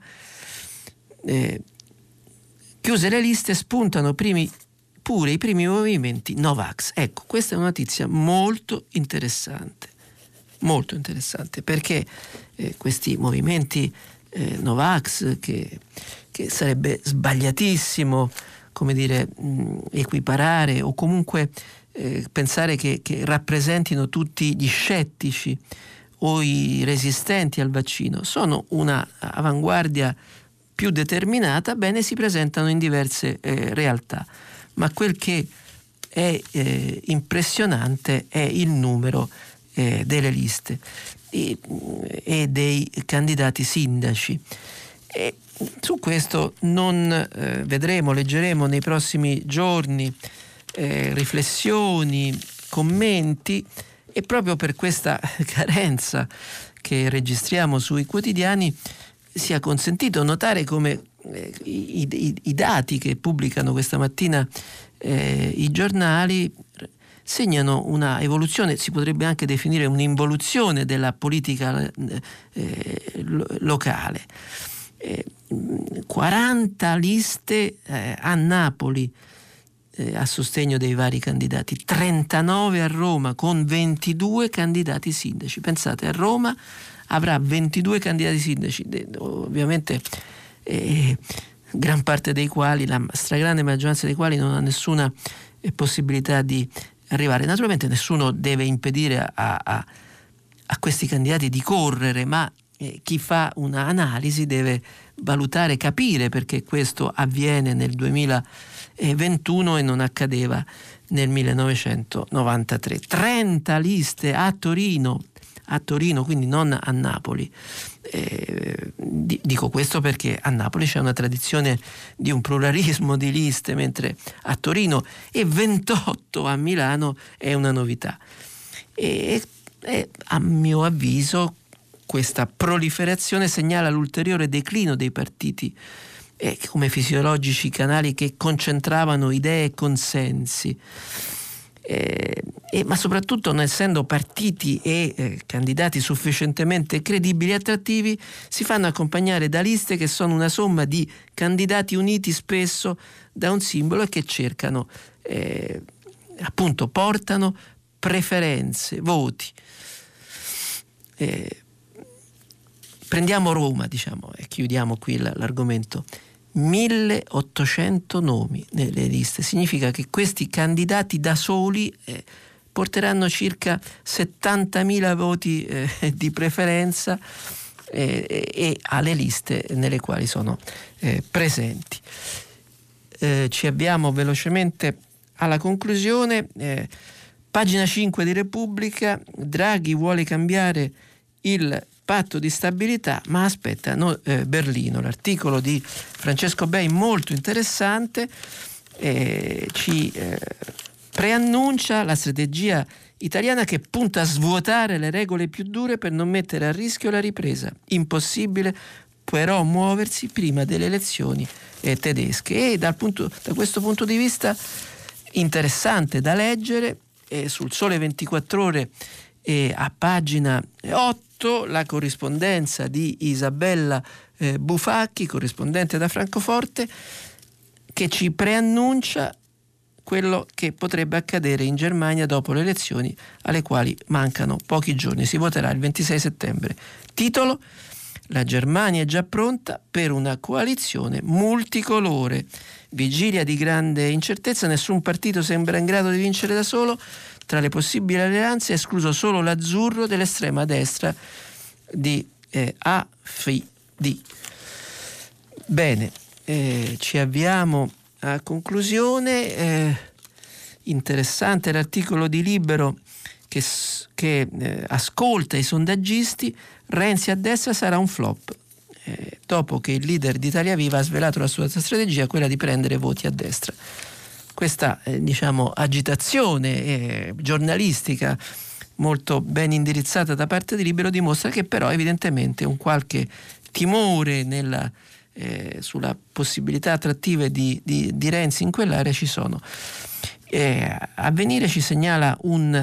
Eh, chiuse le liste, spuntano primi pure i primi movimenti Novax. Ecco, questa è una notizia molto interessante, molto interessante, perché eh, questi movimenti eh, Novax, che, che sarebbe sbagliatissimo, come dire, mh, equiparare o comunque eh, pensare che, che rappresentino tutti gli scettici o i resistenti al vaccino, sono una avanguardia più determinata, bene, si presentano in diverse eh, realtà. Ma quel che è eh, impressionante è il numero eh, delle liste e, e dei candidati sindaci. E su questo non eh, vedremo, leggeremo nei prossimi giorni eh, riflessioni, commenti, e proprio per questa carenza che registriamo sui quotidiani sia consentito notare come eh, i, i, i dati che pubblicano questa mattina eh, i giornali segnano una evoluzione, si potrebbe anche definire un'involuzione della politica eh, lo, locale. Eh, quaranta liste eh, a Napoli, eh, a sostegno dei vari candidati, trentanove a Roma con ventidue candidati sindaci. Pensate, a Roma avrà ventidue candidati sindaci, ovviamente eh, gran parte dei quali, la stragrande maggioranza dei quali non ha nessuna eh, possibilità di arrivare. Naturalmente nessuno deve impedire a, a, a questi candidati di correre, ma eh, chi fa un'analisi deve valutare, capire perché questo avviene nel duemilaventuno e non accadeva nel millenovecentonovantatré. trenta liste a Torino, a Torino, quindi non a Napoli. Eh, dico questo perché a Napoli c'è una tradizione di un pluralismo di liste, mentre a Torino, e ventotto a Milano è una novità. E, e a mio avviso questa proliferazione segnala l'ulteriore declino dei partiti eh, come fisiologici canali che concentravano idee e consensi. Eh, eh, ma soprattutto, non essendo partiti e eh, candidati sufficientemente credibili e attrattivi, si fanno accompagnare da liste che sono una somma di candidati uniti spesso da un simbolo e che cercano, eh, appunto, portano preferenze, voti. Eh, prendiamo Roma, diciamo, e chiudiamo qui l'argomento. milleottocento nomi nelle liste, significa che questi candidati da soli eh, porteranno circa settantamila voti eh, di preferenza eh, e alle liste nelle quali sono eh, presenti. Eh, ci avviamo velocemente alla conclusione. Eh, pagina cinque di Repubblica: Draghi vuole cambiare il patto di stabilità, ma aspetta no, eh, Berlino. L'articolo di Francesco Bei, molto interessante, eh, ci eh, preannuncia la strategia italiana che punta a svuotare le regole più dure per non mettere a rischio la ripresa. Impossibile però muoversi prima delle elezioni eh, tedesche. E dal punto, da questo punto di vista interessante da leggere eh, sul Sole ventiquattro Ore eh, a pagina otto la corrispondenza di Isabella eh, Bufacchi, corrispondente da Francoforte, che ci preannuncia quello che potrebbe accadere in Germania dopo le elezioni, alle quali mancano pochi giorni. Si voterà il ventisei settembre. Titolo: la Germania è già pronta per una coalizione multicolore. Vigilia di grande incertezza, nessun partito sembra in grado di vincere da solo. Tra le possibili alleanze è escluso solo l'azzurro dell'estrema destra di eh, A F D. Bene, eh, ci avviamo a conclusione. Eh, interessante l'articolo di Libero che, che eh, ascolta i sondaggisti. Renzi a destra sarà un flop. Eh, dopo che il leader di Italia Viva ha svelato la sua strategia, quella di prendere voti a destra. Questa eh, diciamo agitazione eh, giornalistica molto ben indirizzata da parte di Libero dimostra che però evidentemente un qualche timore nella, eh, sulla possibilità attrattive di, di, di Renzi in quell'area ci sono. Eh, Avvenire ci segnala un,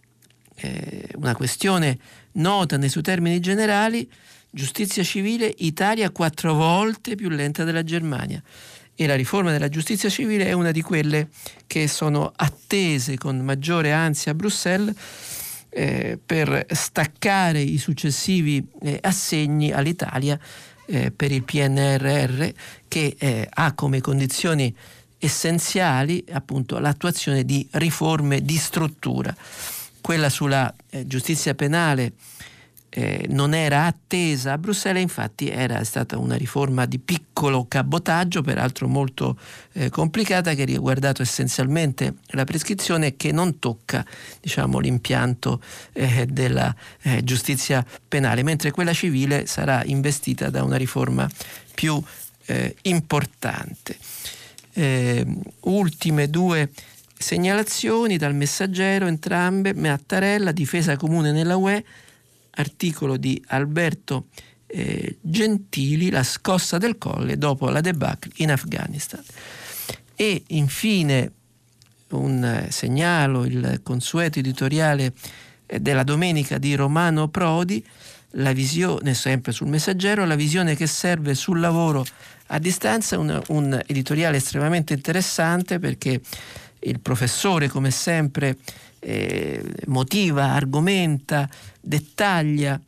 eh, una questione nota nei suoi termini generali: giustizia civile, Italia quattro volte più lenta della Germania. E la riforma della giustizia civile è una di quelle che sono attese con maggiore ansia a Bruxelles eh, per staccare i successivi eh, assegni all'Italia eh, per il P N R R, che eh, ha come condizioni essenziali appunto l'attuazione di riforme di struttura. Quella sulla eh, giustizia penale Eh, non era attesa a Bruxelles, infatti era stata una riforma di piccolo cabotaggio, peraltro molto eh, complicata, che ha riguardato essenzialmente la prescrizione e che non tocca, diciamo, l'impianto eh, della eh, giustizia penale, mentre quella civile sarà investita da una riforma più eh, importante. Eh, ultime due segnalazioni dal Messaggero, entrambe: Mattarella, difesa comune nella U E. Articolo di Alberto eh, Gentili, la scossa del Colle dopo la debacle in Afghanistan. E infine un eh, segnalo il consueto editoriale eh, della domenica di Romano Prodi, la visione, sempre sul Messaggero, la visione che serve sul lavoro a distanza, un, un editoriale estremamente interessante perché il professore, come sempre, eh, motiva, argomenta, dettaglia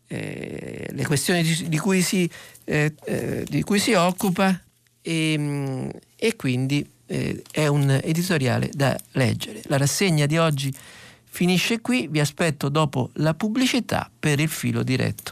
eh, le questioni di, di, cui si, eh, eh, di cui si occupa e, e quindi eh, è un editoriale da leggere. La rassegna di oggi finisce qui, vi aspetto dopo la pubblicità per il filo diretto.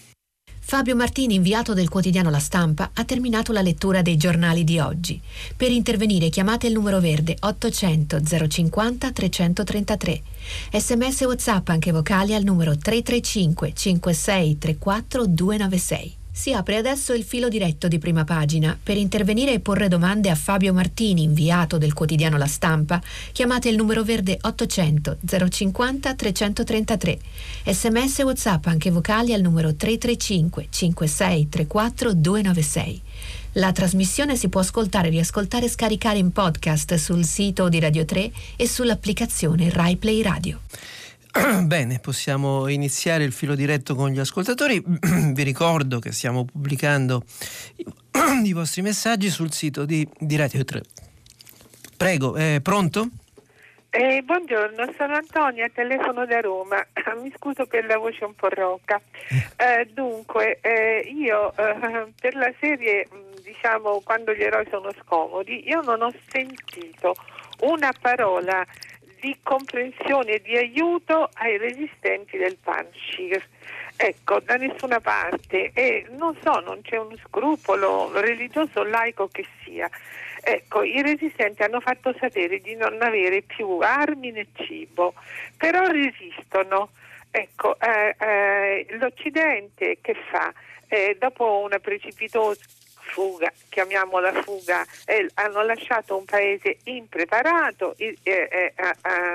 Fabio Martini, inviato del quotidiano La Stampa, ha terminato la lettura dei giornali di oggi. Per intervenire chiamate il numero verde ottocento zero cinquanta trecentotrentatré. Sms e WhatsApp anche vocali al numero tre tre cinque cinque sei tre quattro due nove sei. Si apre adesso il filo diretto di Prima Pagina. Per intervenire e porre domande a Fabio Martini, inviato del quotidiano La Stampa, chiamate il numero verde ottocento zero cinquanta trecentotrentatré. Sms e WhatsApp anche vocali al numero tre tre cinque cinque sei tre quattro due nove sei. La trasmissione si può ascoltare, riascoltare e scaricare in podcast sul sito di Radio tre e sull'applicazione Rai Play Radio. Bene, possiamo iniziare il filo diretto con gli ascoltatori. Vi ricordo che stiamo pubblicando i vostri messaggi sul sito di, di Radio tre. Prego, è pronto? Eh, buongiorno, sono Antonia, telefono da Roma. Mi scuso per la voce un po' roca. Eh, dunque, eh, io eh, per la serie, diciamo, quando gli eroi sono scomodi, io non ho sentito una parola di comprensione e di aiuto ai resistenti del Panshir. Ecco, da nessuna parte, e non so, non c'è uno scrupolo religioso o laico che sia. Ecco, i resistenti hanno fatto sapere di non avere più armi né cibo, però resistono. Ecco, eh, eh, l'Occidente che fa? Eh, dopo una precipitosa fuga, chiamiamola fuga, eh, hanno lasciato un paese impreparato eh, eh, eh,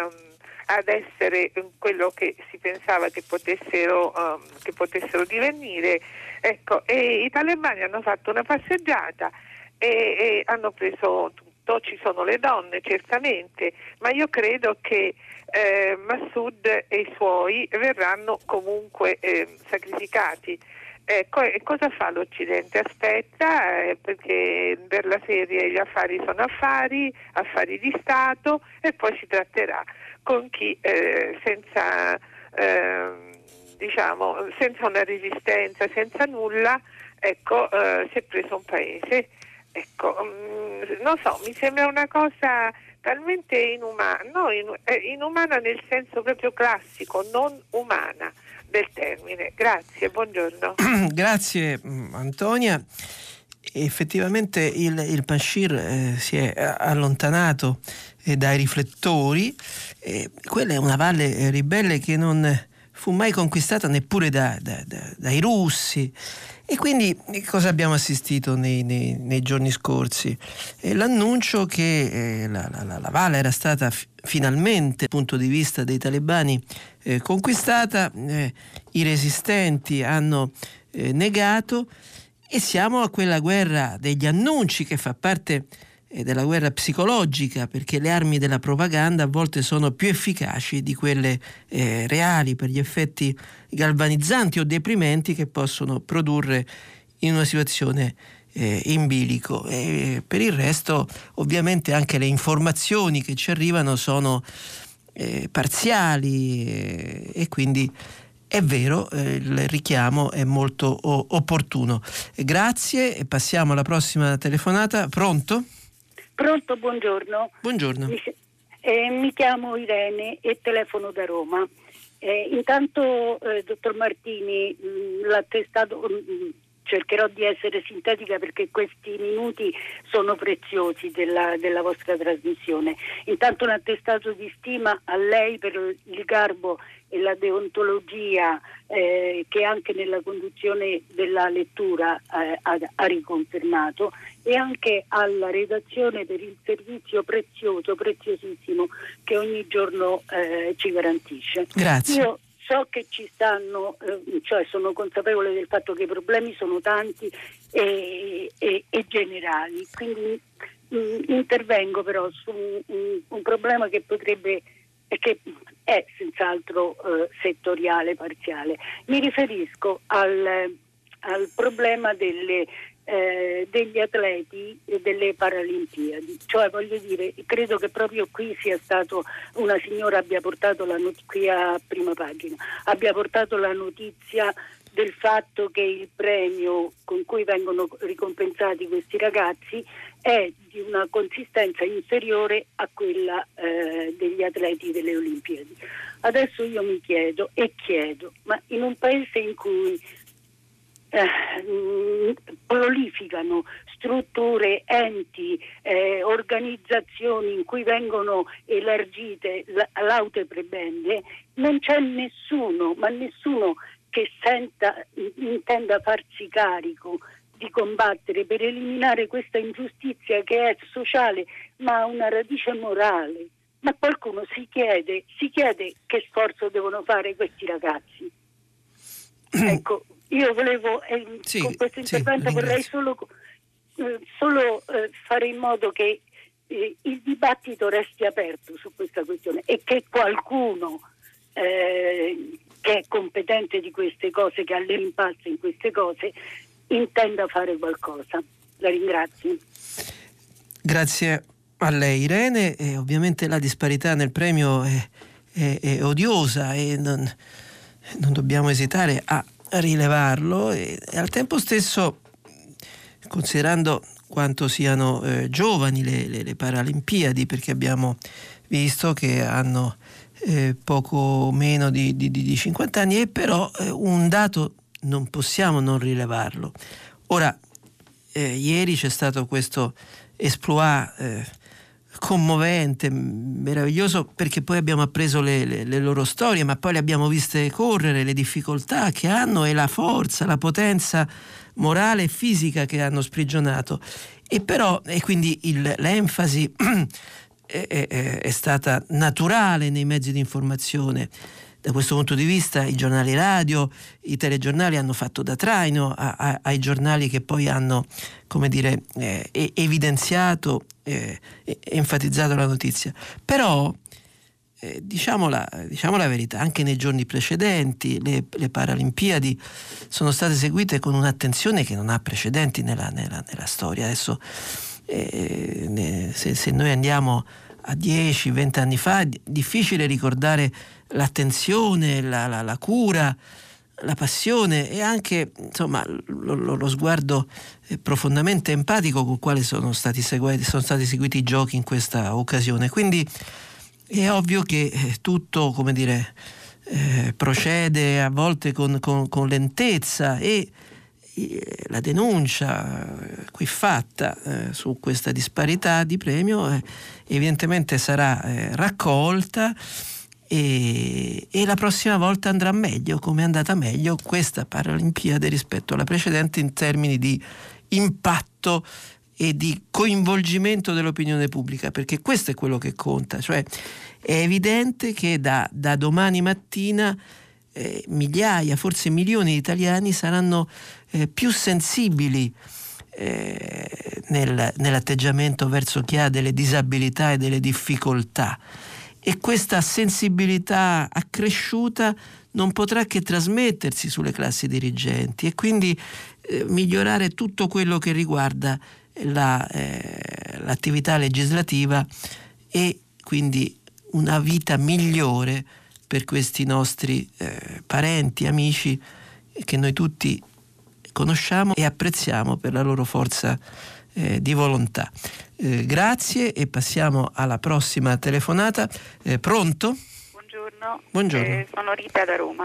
ad essere quello che si pensava che potessero, um, che potessero divenire. Ecco, e i talebani hanno fatto una passeggiata e, e hanno preso tutto. Ci sono le donne certamente, ma io credo che eh, Massoud e i suoi verranno comunque eh, sacrificati. Ecco, e cosa fa l'Occidente? Aspetta, eh, perché per la serie gli affari sono affari, affari di Stato, e poi si tratterà con chi eh, senza, eh, diciamo, senza una resistenza, senza nulla, ecco, eh, si è preso un paese. Ecco, mh, non so, mi sembra una cosa talmente inumana, no, in, eh, inumana nel senso proprio classico, non umana del termine. Grazie, buongiorno. Grazie Antonia. Effettivamente il, il Panshir eh, si è allontanato eh, dai riflettori. Eh, quella è una valle ribelle che non fu mai conquistata neppure da, da, da, dai russi. E quindi cosa abbiamo assistito nei, nei, nei giorni scorsi? Eh, l'annuncio che eh, la, la, la valle era stata f- finalmente, dal punto di vista dei talebani, eh, conquistata, eh, i resistenti hanno eh, negato, e siamo a quella guerra degli annunci che fa parte eh, della guerra psicologica, perché le armi della propaganda a volte sono più efficaci di quelle eh, reali per gli effetti galvanizzanti o deprimenti che possono produrre in una situazione eh, in bilico. E per il resto ovviamente anche le informazioni che ci arrivano sono eh, parziali eh, e quindi è vero, eh, il richiamo è molto o- opportuno. Eh, grazie, e passiamo alla prossima telefonata. Pronto? Pronto, buongiorno. Buongiorno. Mi, eh, mi chiamo Irene e telefono da Roma. Eh, intanto, eh, dottor Martini, mh, l'attestato, mh, cercherò di essere sintetica perché questi minuti sono preziosi della, della vostra trasmissione. Intanto un attestato di stima a lei per il garbo e la deontologia eh, che anche nella conduzione della lettura eh, ha, ha riconfermato, e anche alla redazione per il servizio prezioso, preziosissimo che ogni giorno eh, ci garantisce. Grazie. Io so che ci stanno, eh, cioè sono consapevole del fatto che i problemi sono tanti e, e, e generali, quindi mh, intervengo però su un, un, un problema che potrebbe, che è senz'altro eh, settoriale, parziale. Mi riferisco al, al problema delle, eh, degli atleti e delle Paralimpiadi, cioè voglio dire, credo che proprio qui sia stato, una signora abbia portato la notizia, qui a prima pagina, abbia portato la notizia del fatto che il premio con cui vengono ricompensati questi ragazzi è di una consistenza inferiore a quella eh, degli atleti delle Olimpiadi. Adesso io mi chiedo e chiedo, ma in un paese in cui eh, prolificano strutture, enti, eh, organizzazioni in cui vengono elargite la, laute prebende, non c'è nessuno, ma nessuno che senta, intenda farsi carico di combattere per eliminare questa ingiustizia che è sociale ma ha una radice morale. Ma qualcuno si chiede, si chiede che sforzo devono fare questi ragazzi. Ecco, io volevo, eh, sì, con questo intervento sì, vorrei solo, eh, solo eh, fare in modo che eh, il dibattito resti aperto su questa questione e che qualcuno eh, che è competente di queste cose, che ha le rimpalze in queste cose, intenda fare qualcosa. La ringrazio. Grazie a lei, Irene. E ovviamente la disparità nel premio è, è, è odiosa e non, non dobbiamo esitare a rilevarlo, e, e al tempo stesso, considerando quanto siano eh, giovani le, le, le Paralimpiadi, perché abbiamo visto che hanno eh, poco meno di, di, di cinquanta anni, e però eh, un dato non possiamo non rilevarlo. Ora, eh, ieri c'è stato questo exploit eh, commovente, meraviglioso, perché poi abbiamo appreso le, le, le loro storie, ma poi le abbiamo viste correre, le difficoltà che hanno e la forza, la potenza morale e fisica che hanno sprigionato. E però, e quindi il, l'enfasi è, è, è stata naturale nei mezzi di informazione. Da questo punto di vista i giornali radio, i telegiornali hanno fatto da traino a, a, ai giornali che poi hanno, come dire, eh, evidenziato e eh, enfatizzato la notizia. Però eh, diciamo, la, diciamo la verità, anche nei giorni precedenti le, le Paralimpiadi sono state seguite con un'attenzione che non ha precedenti nella, nella, nella storia. Adesso eh, ne, se, se noi andiamo a dieci venti anni fa, è difficile ricordare l'attenzione, la, la, la cura, la passione e anche, insomma, lo, lo, lo sguardo profondamente empatico con il quale sono stati seguiti, sono stati seguiti i giochi in questa occasione. Quindi è ovvio che tutto, come dire, eh, procede a volte con, con, con lentezza, e la denuncia qui fatta eh, su questa disparità di premio eh, evidentemente sarà eh, raccolta, e, e la prossima volta andrà meglio, come è andata meglio questa Paralimpiade rispetto alla precedente in termini di impatto e di coinvolgimento dell'opinione pubblica, perché questo è quello che conta. Cioè è evidente che da, da domani mattina Eh, migliaia, forse milioni di italiani saranno eh, più sensibili eh, nel, nell'atteggiamento verso chi ha delle disabilità e delle difficoltà, e questa sensibilità accresciuta non potrà che trasmettersi sulle classi dirigenti, e quindi eh, migliorare tutto quello che riguarda la, eh, l'attività legislativa, e quindi una vita migliore per questi nostri eh, parenti, amici che noi tutti conosciamo e apprezziamo per la loro forza eh, di volontà. Eh, grazie, e passiamo alla prossima telefonata. Eh, pronto? Buongiorno, Buongiorno. Eh, sono Rita da Roma.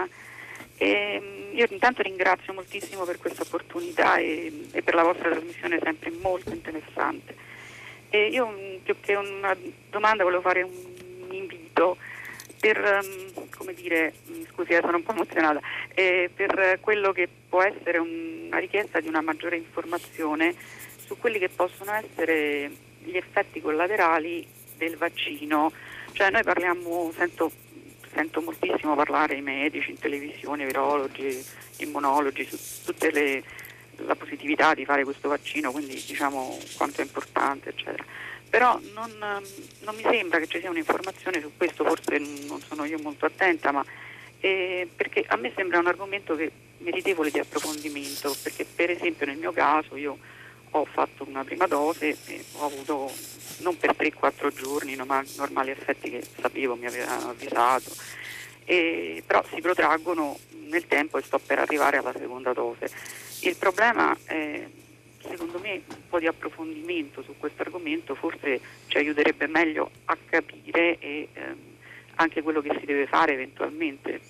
E, io intanto ringrazio moltissimo per questa opportunità e, e per la vostra trasmissione sempre molto interessante. E io più che una domanda volevo fare un invito per, um, come dire, scusi, sono un po' emozionata, eh, per quello che può essere un, una richiesta di una maggiore informazione su quelli che possono essere gli effetti collaterali del vaccino. Cioè noi parliamo, sento, sento moltissimo parlare i medici in televisione, virologi, immunologi, su tutte le la positività di fare questo vaccino, quindi diciamo quanto è importante, eccetera. però non, non mi sembra che ci sia un'informazione su questo, forse non sono io molto attenta, ma eh, perché a me sembra un argomento che meritevole di approfondimento, perché per esempio nel mio caso io ho fatto una prima dose e ho avuto non per tre quattro giorni normali, normali effetti che sapevo, mi avevano avvisato, e, però si protraggono nel tempo e sto per arrivare alla seconda dose. Il problema è, secondo me, un po' di approfondimento su questo argomento forse ci aiuterebbe meglio a capire e ehm, anche quello che si deve fare eventualmente.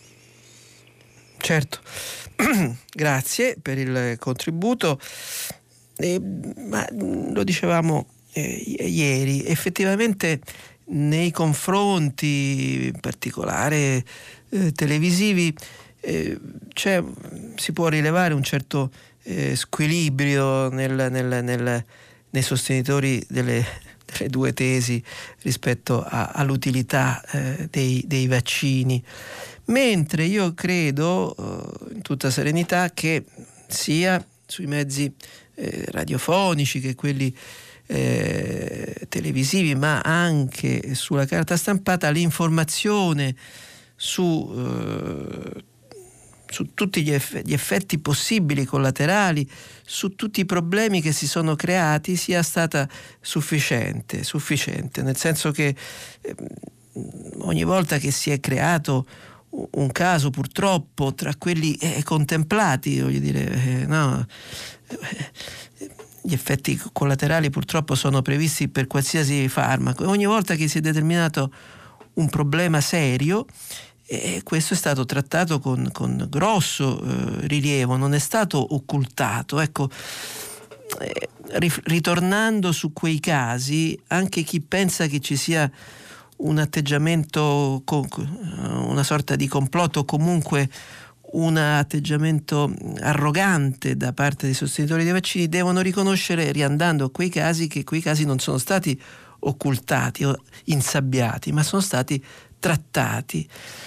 Certo, grazie per il contributo. Eh, ma lo dicevamo eh, ieri, effettivamente nei confronti in particolare eh, televisivi eh, c'è, si può rilevare un certo eh, squilibrio nel, nel, nel, nei sostenitori delle, delle due tesi rispetto a, all'utilità eh, dei, dei vaccini, mentre io credo eh, in tutta serenità che sia sui mezzi eh, radiofonici che quelli eh, televisivi, ma anche sulla carta stampata, l'informazione su, eh, su tutti gli, eff- gli effetti possibili collaterali, su tutti i problemi che si sono creati, sia stata sufficiente, sufficiente, nel senso che eh, ogni volta che si è creato un caso, purtroppo, tra quelli eh, contemplati, voglio dire, eh, no, eh, gli effetti collaterali purtroppo sono previsti per qualsiasi farmaco, e ogni volta che si è determinato un problema serio, eh, questo è stato trattato con, con grosso eh, rilievo, non è stato occultato. Ecco, eh, ritornando su quei casi, anche chi pensa che ci sia un atteggiamento, una sorta di complotto, o comunque un atteggiamento arrogante da parte dei sostenitori dei vaccini, devono riconoscere, riandando a quei casi, che quei casi non sono stati occultati o insabbiati, ma sono stati trattati,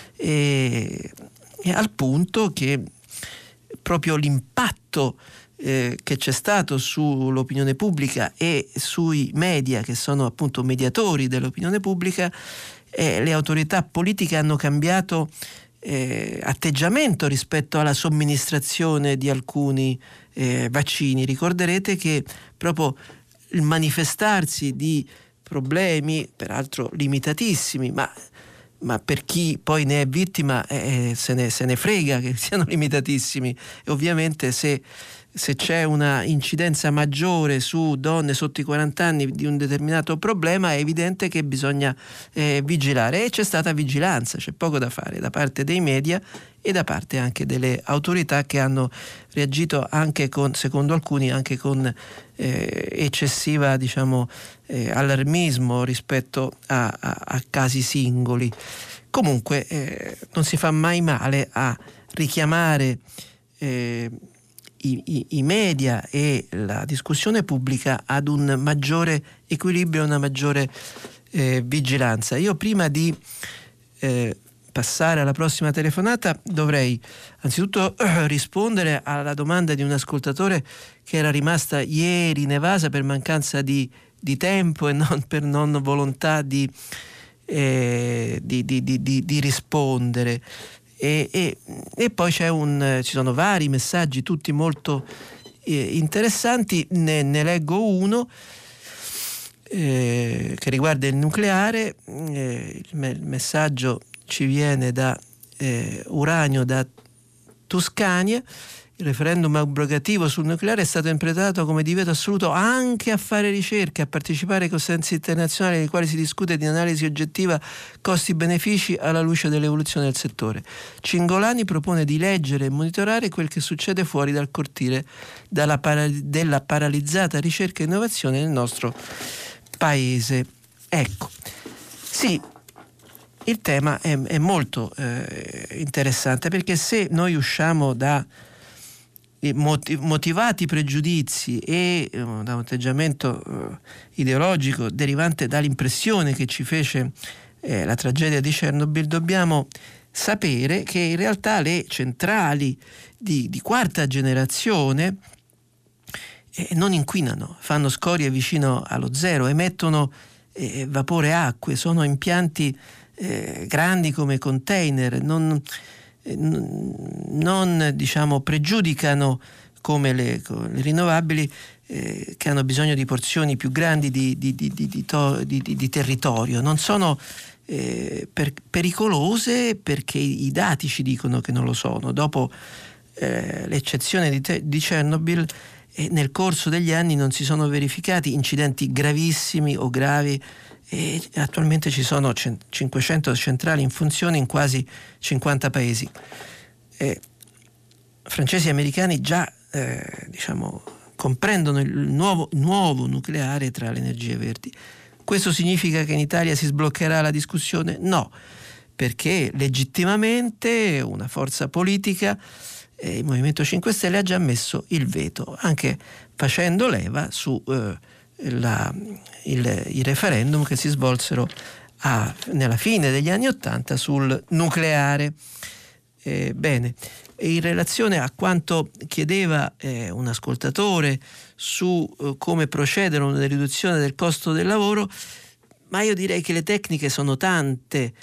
e, e al punto che proprio l'impatto Eh, che c'è stato sull'opinione pubblica e sui media, che sono appunto mediatori dell'opinione pubblica, eh, le autorità politiche hanno cambiato eh, atteggiamento rispetto alla somministrazione di alcuni eh, vaccini. Ricorderete che proprio il manifestarsi di problemi, peraltro limitatissimi, ma ma per chi poi ne è vittima eh, se, ne, se ne frega che siano limitatissimi, e ovviamente se se c'è una incidenza maggiore su donne sotto i quaranta anni di un determinato problema, è evidente che bisogna eh, vigilare, e c'è stata vigilanza, c'è poco da fare da parte dei media e da parte anche delle autorità, che hanno reagito anche con, secondo alcuni, anche con eh, eccessiva, diciamo, eh, allarmismo rispetto a, a, a casi singoli. Comunque eh, non si fa mai male a richiamare eh, I, i, i media e la discussione pubblica ad un maggiore equilibrio, una maggiore eh, vigilanza. Io prima di eh, passare alla prossima telefonata dovrei anzitutto eh, rispondere alla domanda di un ascoltatore che era rimasta ieri in evasa per mancanza di, di tempo e non per non volontà di, eh, di, di, di, di, di rispondere. E, e, e poi c'è un, ci sono vari messaggi, tutti molto eh, interessanti. Ne, ne leggo uno eh, che riguarda il nucleare. Eh, il, me, il messaggio ci viene da eh, Uranio da Tuscania. Il referendum abrogativo sul nucleare è stato interpretato come divieto assoluto anche a fare ricerche, a partecipare ai consensi internazionali nei quali si discute di analisi oggettiva costi-benefici alla luce dell'evoluzione del settore. Cingolani propone di leggere e monitorare quel che succede fuori dal cortile dalla para- della paralizzata ricerca e innovazione nel nostro paese. Ecco, sì, il tema è, è molto eh, interessante, perché se noi usciamo da motivati pregiudizi e uh, da un atteggiamento uh, ideologico derivante dall'impressione che ci fece eh, la tragedia di Chernobyl, dobbiamo sapere che in realtà le centrali di, di quarta generazione eh, non inquinano, fanno scorie vicino allo zero, emettono eh, vapore acque, sono impianti eh, grandi come container, non, eh, non diciamo pregiudicano come le, le rinnovabili eh, che hanno bisogno di porzioni più grandi di, di, di, di, di, to, di, di, di territorio, non sono eh, per, pericolose perché i dati ci dicono che non lo sono. Dopo eh, l'eccezione di, te, di Chernobyl, e nel corso degli anni non si sono verificati incidenti gravissimi o gravi e attualmente ci sono cinquecento centrali in funzione in quasi cinquanta paesi. Eh, francesi e americani già eh, diciamo comprendono il nuovo, nuovo nucleare tra le energie verdi. Questo significa che in Italia si sbloccherà la discussione? No, perché legittimamente una forza politica, il Movimento cinque Stelle, ha già messo il veto, anche facendo leva su eh, la, il, i referendum che si svolsero a, nella fine degli anni Ottanta sul nucleare. Eh, bene, in relazione a quanto chiedeva eh, un ascoltatore su eh, come procedere a una riduzione del costo del lavoro, ma io direi che le tecniche sono tante.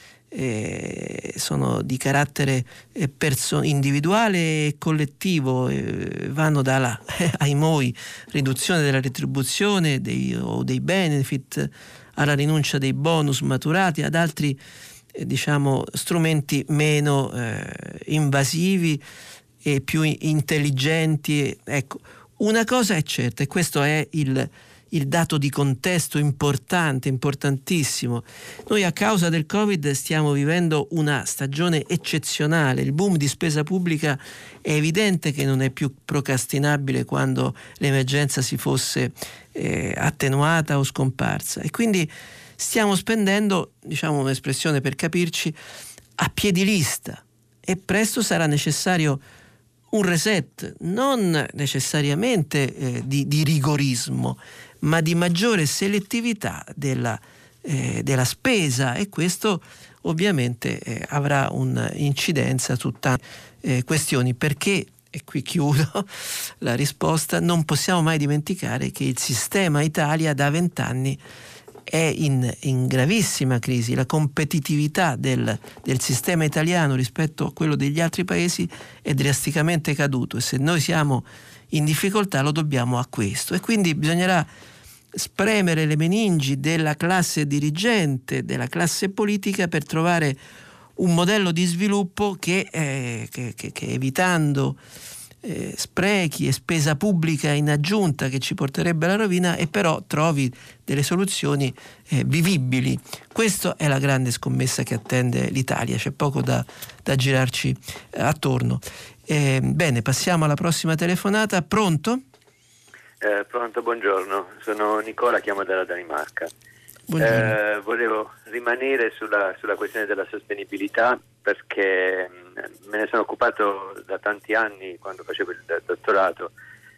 Eh, sono di carattere eh, perso- individuale e collettivo, eh, vanno dalla eh, ai moi riduzione della retribuzione dei, o dei benefit alla rinuncia dei bonus maturati ad altri eh, diciamo strumenti meno eh, invasivi e più intelligenti. Ecco, una cosa è certa, e questo è il il dato di contesto importante, importantissimo. Noi a causa del Covid stiamo vivendo una stagione eccezionale, il boom di spesa pubblica è evidente che non è più procrastinabile quando l'emergenza si fosse eh, attenuata o scomparsa, e quindi stiamo spendendo, diciamo un'espressione per capirci, a piedi lista, e presto sarà necessario un reset, non necessariamente eh, di, di rigorismo, ma di maggiore selettività della, eh, della spesa, e questo ovviamente eh, avrà un'incidenza su tante eh, questioni, perché, e qui chiudo la risposta, non possiamo mai dimenticare che il sistema Italia da vent'anni è in, in gravissima crisi. La competitività del, del sistema italiano rispetto a quello degli altri paesi è drasticamente caduto, e se noi siamo in difficoltà lo dobbiamo a questo, e quindi bisognerà spremere le meningi della classe dirigente, della classe politica, per trovare un modello di sviluppo che, eh, che, che, che evitando eh, sprechi e spesa pubblica in aggiunta che ci porterebbe alla rovina, e però trovi delle soluzioni eh, vivibili. Questa è la grande scommessa che attende l'Italia, c'è poco da, da girarci eh, attorno. Eh, bene, passiamo alla prossima telefonata. Pronto? Eh, pronto, buongiorno, sono Nicola, chiamo dalla Danimarca. Buongiorno. Eh, volevo rimanere sulla, sulla questione della sostenibilità, perché me ne sono occupato da tanti anni quando facevo il dottorato,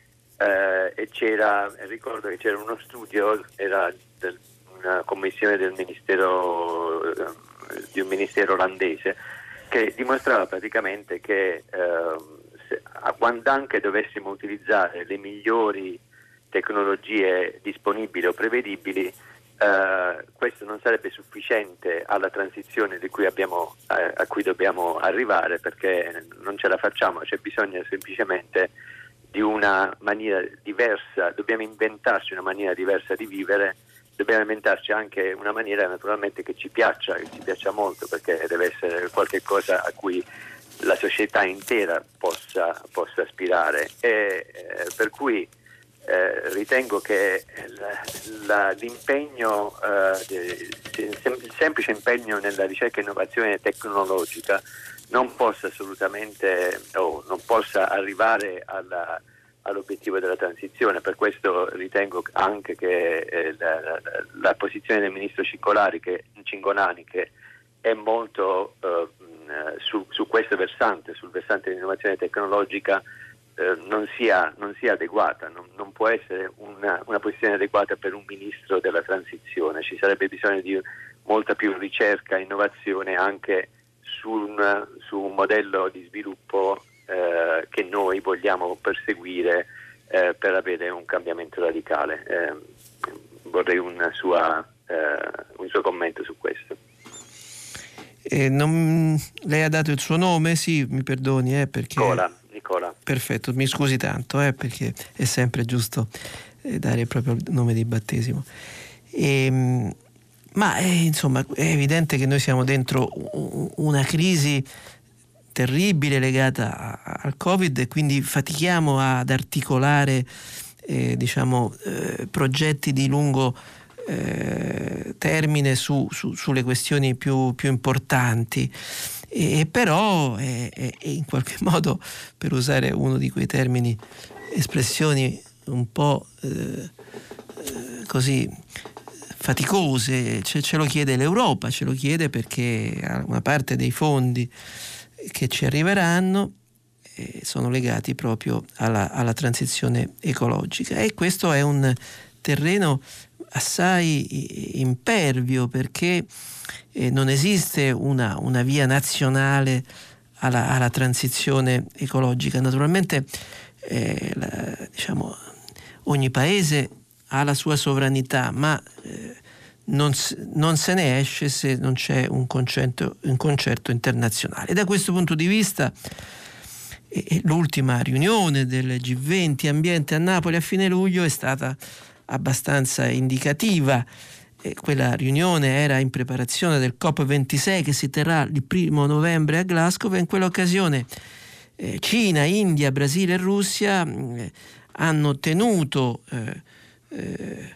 eh, e c'era, ricordo che c'era uno studio, era del, una commissione del ministero, eh, di un ministero olandese, che dimostrava praticamente che eh, se, quando anche dovessimo utilizzare le migliori tecnologie disponibili o prevedibili, eh, questo non sarebbe sufficiente alla transizione di cui abbiamo, eh, a cui dobbiamo arrivare, perché non ce la facciamo, c'è bisogno semplicemente di una maniera diversa, dobbiamo inventarci una maniera diversa di vivere, dobbiamo inventarci anche una maniera naturalmente che ci piaccia, che ci piaccia molto, perché deve essere qualche cosa a cui la società intera possa, possa aspirare, e eh, per cui Eh, ritengo che la, la, l'impegno, eh, il semplice impegno nella ricerca e innovazione tecnologica non possa assolutamente o non possa arrivare alla, all'obiettivo della transizione. Per questo ritengo anche che eh, la, la, la posizione del ministro Cingolani che, Cingonani, che è molto eh, su, su questo versante, sul versante dell'innovazione tecnologica, Eh, non sia, non sia adeguata, non, non può essere una, una posizione adeguata per un ministro della transizione. Ci sarebbe bisogno di molta più ricerca e innovazione anche su un, su un modello di sviluppo eh, che noi vogliamo perseguire eh, per avere un cambiamento radicale. Eh, vorrei una sua, eh, un suo commento su questo. Eh, non, lei ha dato il suo nome? Sì, mi perdoni, eh, perché... Nicola, Nicola. Perfetto, mi scusi tanto, eh, perché è sempre giusto eh, dare proprio il nome di battesimo. E, ma eh, insomma è evidente che noi siamo dentro una crisi terribile legata a, al Covid, e quindi fatichiamo ad articolare eh, diciamo eh, progetti di lungo eh, termine su, su, sulle questioni più, più importanti. E però è, è, è in qualche modo, per usare uno di quei termini, espressioni un po' eh, eh, così faticose, ce, ce lo chiede l'Europa, ce lo chiede perché una parte dei fondi che ci arriveranno eh, sono legati proprio alla, alla transizione ecologica, e questo è un terreno assai impervio, perché eh, non esiste una, una via nazionale alla, alla transizione ecologica. Naturalmente eh, la, diciamo, ogni paese ha la sua sovranità, ma eh, non, non se ne esce se non c'è un concerto, un concerto internazionale. E da questo punto di vista eh, l'ultima riunione del G venti Ambiente a Napoli a fine luglio è stata abbastanza indicativa. Eh, quella riunione era in preparazione del COP ventisei che si terrà il primo novembre a Glasgow, e in quell'occasione eh, Cina, India, Brasile e Russia eh, hanno tenuto eh, eh,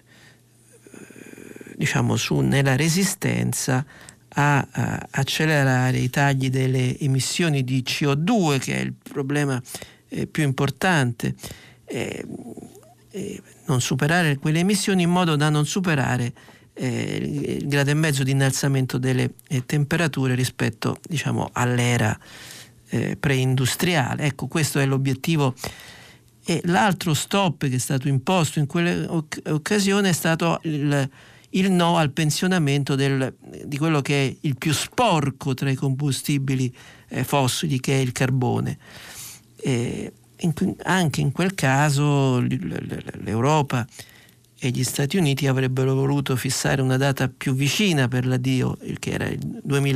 diciamo su nella resistenza a, a accelerare i tagli delle emissioni di C O due, che è il problema eh, più importante, eh, eh, non superare quelle emissioni in modo da non superare eh, il grado e mezzo di innalzamento delle eh, temperature rispetto, diciamo, all'era eh, preindustriale. Ecco, questo è l'obiettivo. E l'altro stop che è stato imposto in quell'occasione è stato il, il no al pensionamento del, di quello che è il più sporco tra i combustibili eh, fossili, che è il carbone. E in, anche in quel caso l'Europa e gli Stati Uniti avrebbero voluto fissare una data più vicina per l'addio, che era il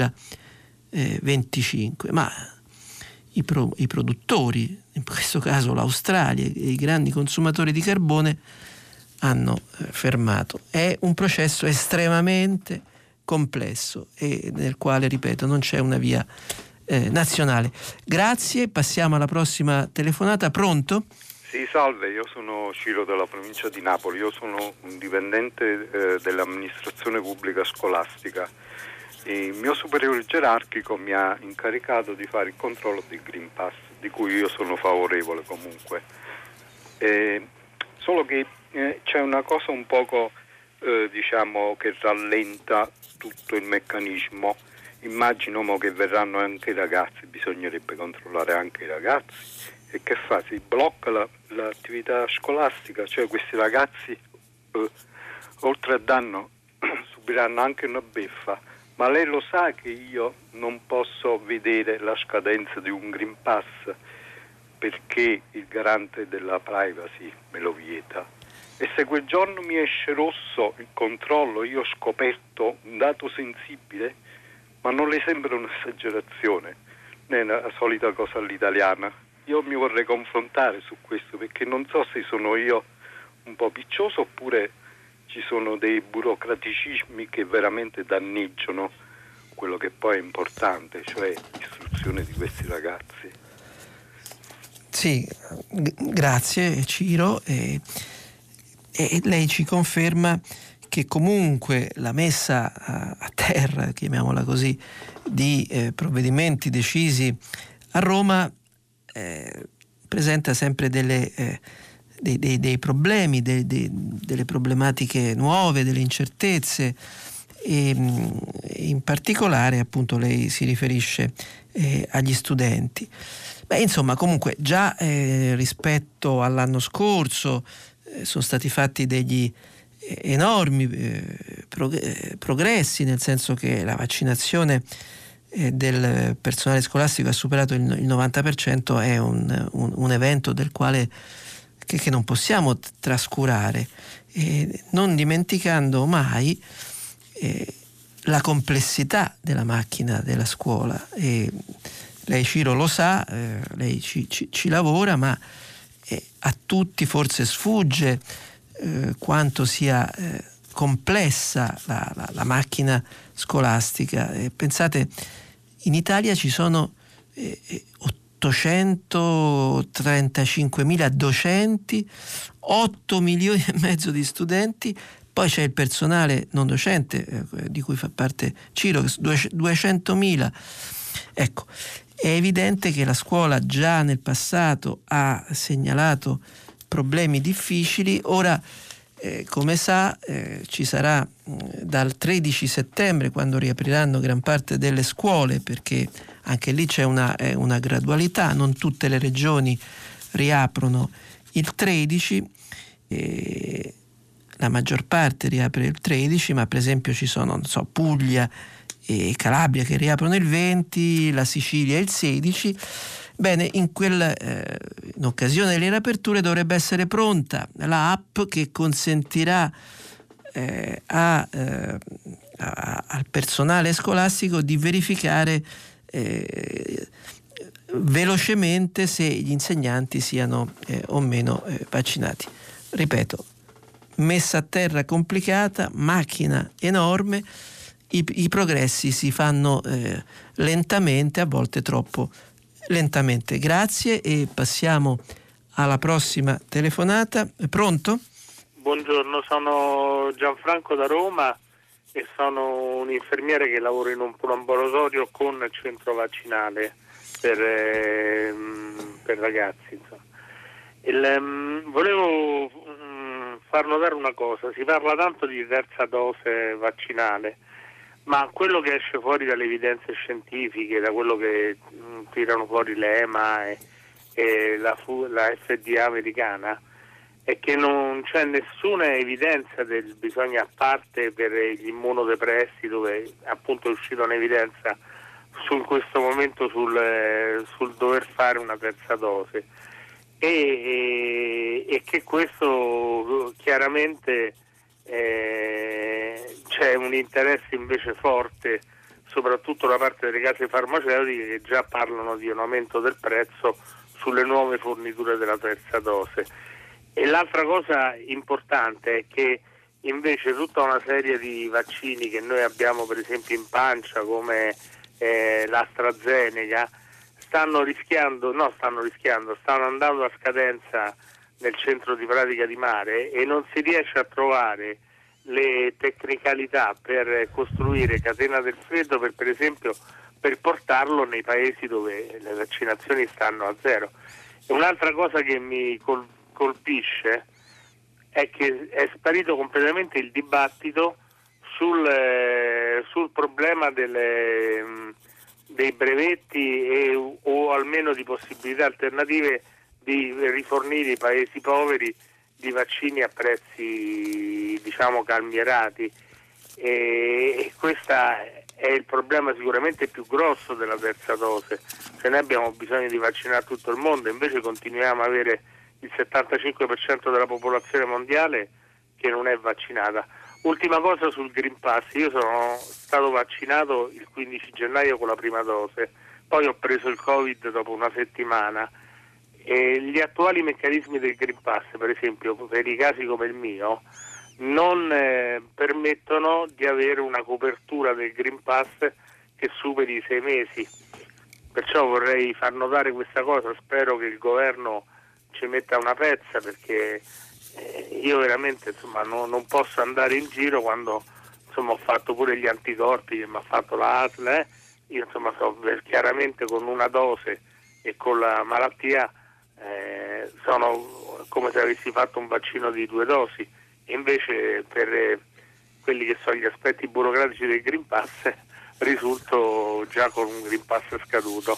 duemilaventicinque, ma i, pro, i produttori, in questo caso l'Australia e i grandi consumatori di carbone, hanno eh, fermato. È un processo estremamente complesso e nel quale, ripeto, non c'è una via eh, nazionale. Grazie, passiamo alla prossima telefonata. Pronto? Sì, salve, io sono Ciro della provincia di Napoli, io sono un dipendente eh, dell'amministrazione pubblica scolastica. Il mio superiore gerarchico mi ha incaricato di fare il controllo del Green Pass, di cui io sono favorevole comunque. Eh, solo che eh, c'è una cosa un poco, eh, diciamo, che rallenta tutto il meccanismo. Immagino mo che verranno anche i ragazzi, bisognerebbe controllare anche i ragazzi. E che fa? Si blocca la, l'attività scolastica, cioè questi ragazzi, eh, oltre a danno, subiranno anche una beffa. Ma lei lo sa che io non posso vedere la scadenza di un Green Pass perché il garante della privacy me lo vieta. E se quel giorno mi esce rosso il controllo, io ho scoperto un dato sensibile, ma non le sembra un'esagerazione? Non è la solita cosa all'italiana. Io mi vorrei confrontare su questo, perché non so se sono io un po' piccioso oppure ci sono dei burocraticismi che veramente danneggiano quello che poi è importante, cioè l'istruzione di questi ragazzi. Sì, g- grazie Ciro. E, e lei ci conferma che comunque la messa a, a terra, chiamiamola così, di eh, provvedimenti decisi a Roma eh, presenta sempre delle... Eh, Dei, dei, dei problemi, dei, dei, delle problematiche nuove, delle incertezze, e in particolare appunto lei si riferisce eh, agli studenti. Beh, insomma, comunque già eh, rispetto all'anno scorso eh, sono stati fatti degli eh, enormi eh, prog- progressi, nel senso che la vaccinazione eh, del personale scolastico ha superato il, il novanta per cento, è un, un, un evento del quale che, che non possiamo trascurare, eh, non dimenticando mai eh, la complessità della macchina della scuola. E lei, Ciro, lo sa, eh, lei ci, ci, ci lavora, ma eh, a tutti forse sfugge eh, quanto sia eh, complessa la, la, la macchina scolastica. Eh, pensate, in Italia ci sono eh, ottocentotrentacinquemila docenti, otto milioni e mezzo di studenti, poi c'è il personale non docente eh, di cui fa parte Ciro, duecentomila. Ecco, è evidente che la scuola già nel passato ha segnalato problemi difficili. Ora, eh, come sa, eh, ci sarà eh, dal tredici settembre, quando riapriranno gran parte delle scuole, perché anche lì c'è una, eh, una gradualità, non tutte le regioni riaprono il tredici, eh, la maggior parte riapre il tredici, ma per esempio ci sono, non so, Puglia e Calabria che riaprono il venti, la Sicilia il sedici. Bene, in, quel, eh, in occasione delle riaperture dovrebbe essere pronta la app che consentirà eh, a, eh, a, al personale scolastico di verificare eh, velocemente se gli insegnanti siano eh, o meno eh, vaccinati. Ripeto, messa a terra complicata, macchina enorme, i, i progressi si fanno eh, lentamente, a volte troppo lentamente. Grazie, e passiamo alla prossima telefonata. È pronto? Buongiorno, sono Gianfranco da Roma e sono un infermiere che lavora in un ambulatorio con centro vaccinale per, eh, per ragazzi. Insomma. Il, um, volevo um, far notare una cosa: si parla tanto di terza dose vaccinale, ma quello che esce fuori dalle evidenze scientifiche, da quello che mh, tirano fuori l'E M A e, e la, la F D A americana, è che non c'è nessuna evidenza del bisogno, a parte per gli immunodepressi, dove appunto è uscita un'evidenza su, in questo momento sul, eh, sul dover fare una terza dose, e, e, e che questo chiaramente eh, c'è un interesse invece forte, soprattutto da parte delle case farmaceutiche, che già parlano di un aumento del prezzo sulle nuove forniture della terza dose. E l'altra cosa importante è che invece tutta una serie di vaccini che noi abbiamo per esempio in pancia, come eh, l'AstraZeneca, stanno rischiando, no stanno rischiando, stanno andando a scadenza nel centro di pratica di mare, e non si riesce a trovare le tecnicalità per costruire catena del freddo per, per esempio per portarlo nei paesi dove le vaccinazioni stanno a zero. E un'altra cosa che mi col- colpisce è che è sparito completamente il dibattito sul, eh, sul problema delle, mh, dei brevetti e, o almeno di possibilità alternative di rifornire i paesi poveri di vaccini a prezzi, diciamo, calmierati, e, e questo è il problema sicuramente più grosso della terza dose. Se noi abbiamo bisogno di vaccinare tutto il mondo, invece continuiamo a avere il settantacinque per cento della popolazione mondiale che non è vaccinata. Ultima cosa sul Green Pass: io sono stato vaccinato il quindici gennaio con la prima dose, poi ho preso il Covid dopo una settimana, e gli attuali meccanismi del Green Pass, per esempio per i casi come il mio, non eh, permettono di avere una copertura del Green Pass che superi i sei mesi. Perciò vorrei far notare questa cosa, spero che il governo ci metta una pezza, perché eh, io veramente insomma no, non posso andare in giro quando insomma ho fatto pure gli anticorpi che mi ha fatto la A S L, eh. Io insomma so chiaramente con una dose e con la malattia eh, sono come se avessi fatto un vaccino di due dosi, e invece per eh, quelli che sono gli aspetti burocratici del Green Pass risulto già con un Green Pass scaduto.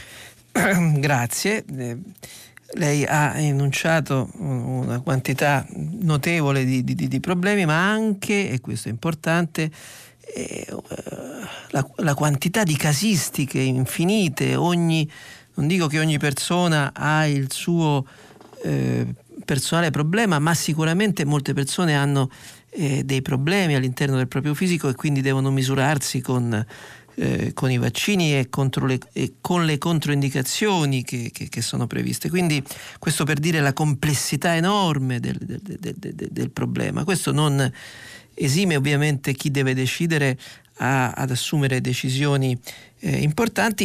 Grazie. Lei ha enunciato una quantità notevole di, di, di problemi, ma anche, e questo è importante, eh, la, la quantità di casistiche infinite. Ogni, non dico che ogni persona ha il suo eh, personale problema, ma sicuramente molte persone hanno eh, dei problemi all'interno del proprio fisico e quindi devono misurarsi con, eh, con i vaccini e, contro le, e con le controindicazioni che, che, che sono previste. Quindi questo per dire la complessità enorme del, del, del, del, del problema. Questo non esime ovviamente chi deve decidere a, ad assumere decisioni eh, importanti.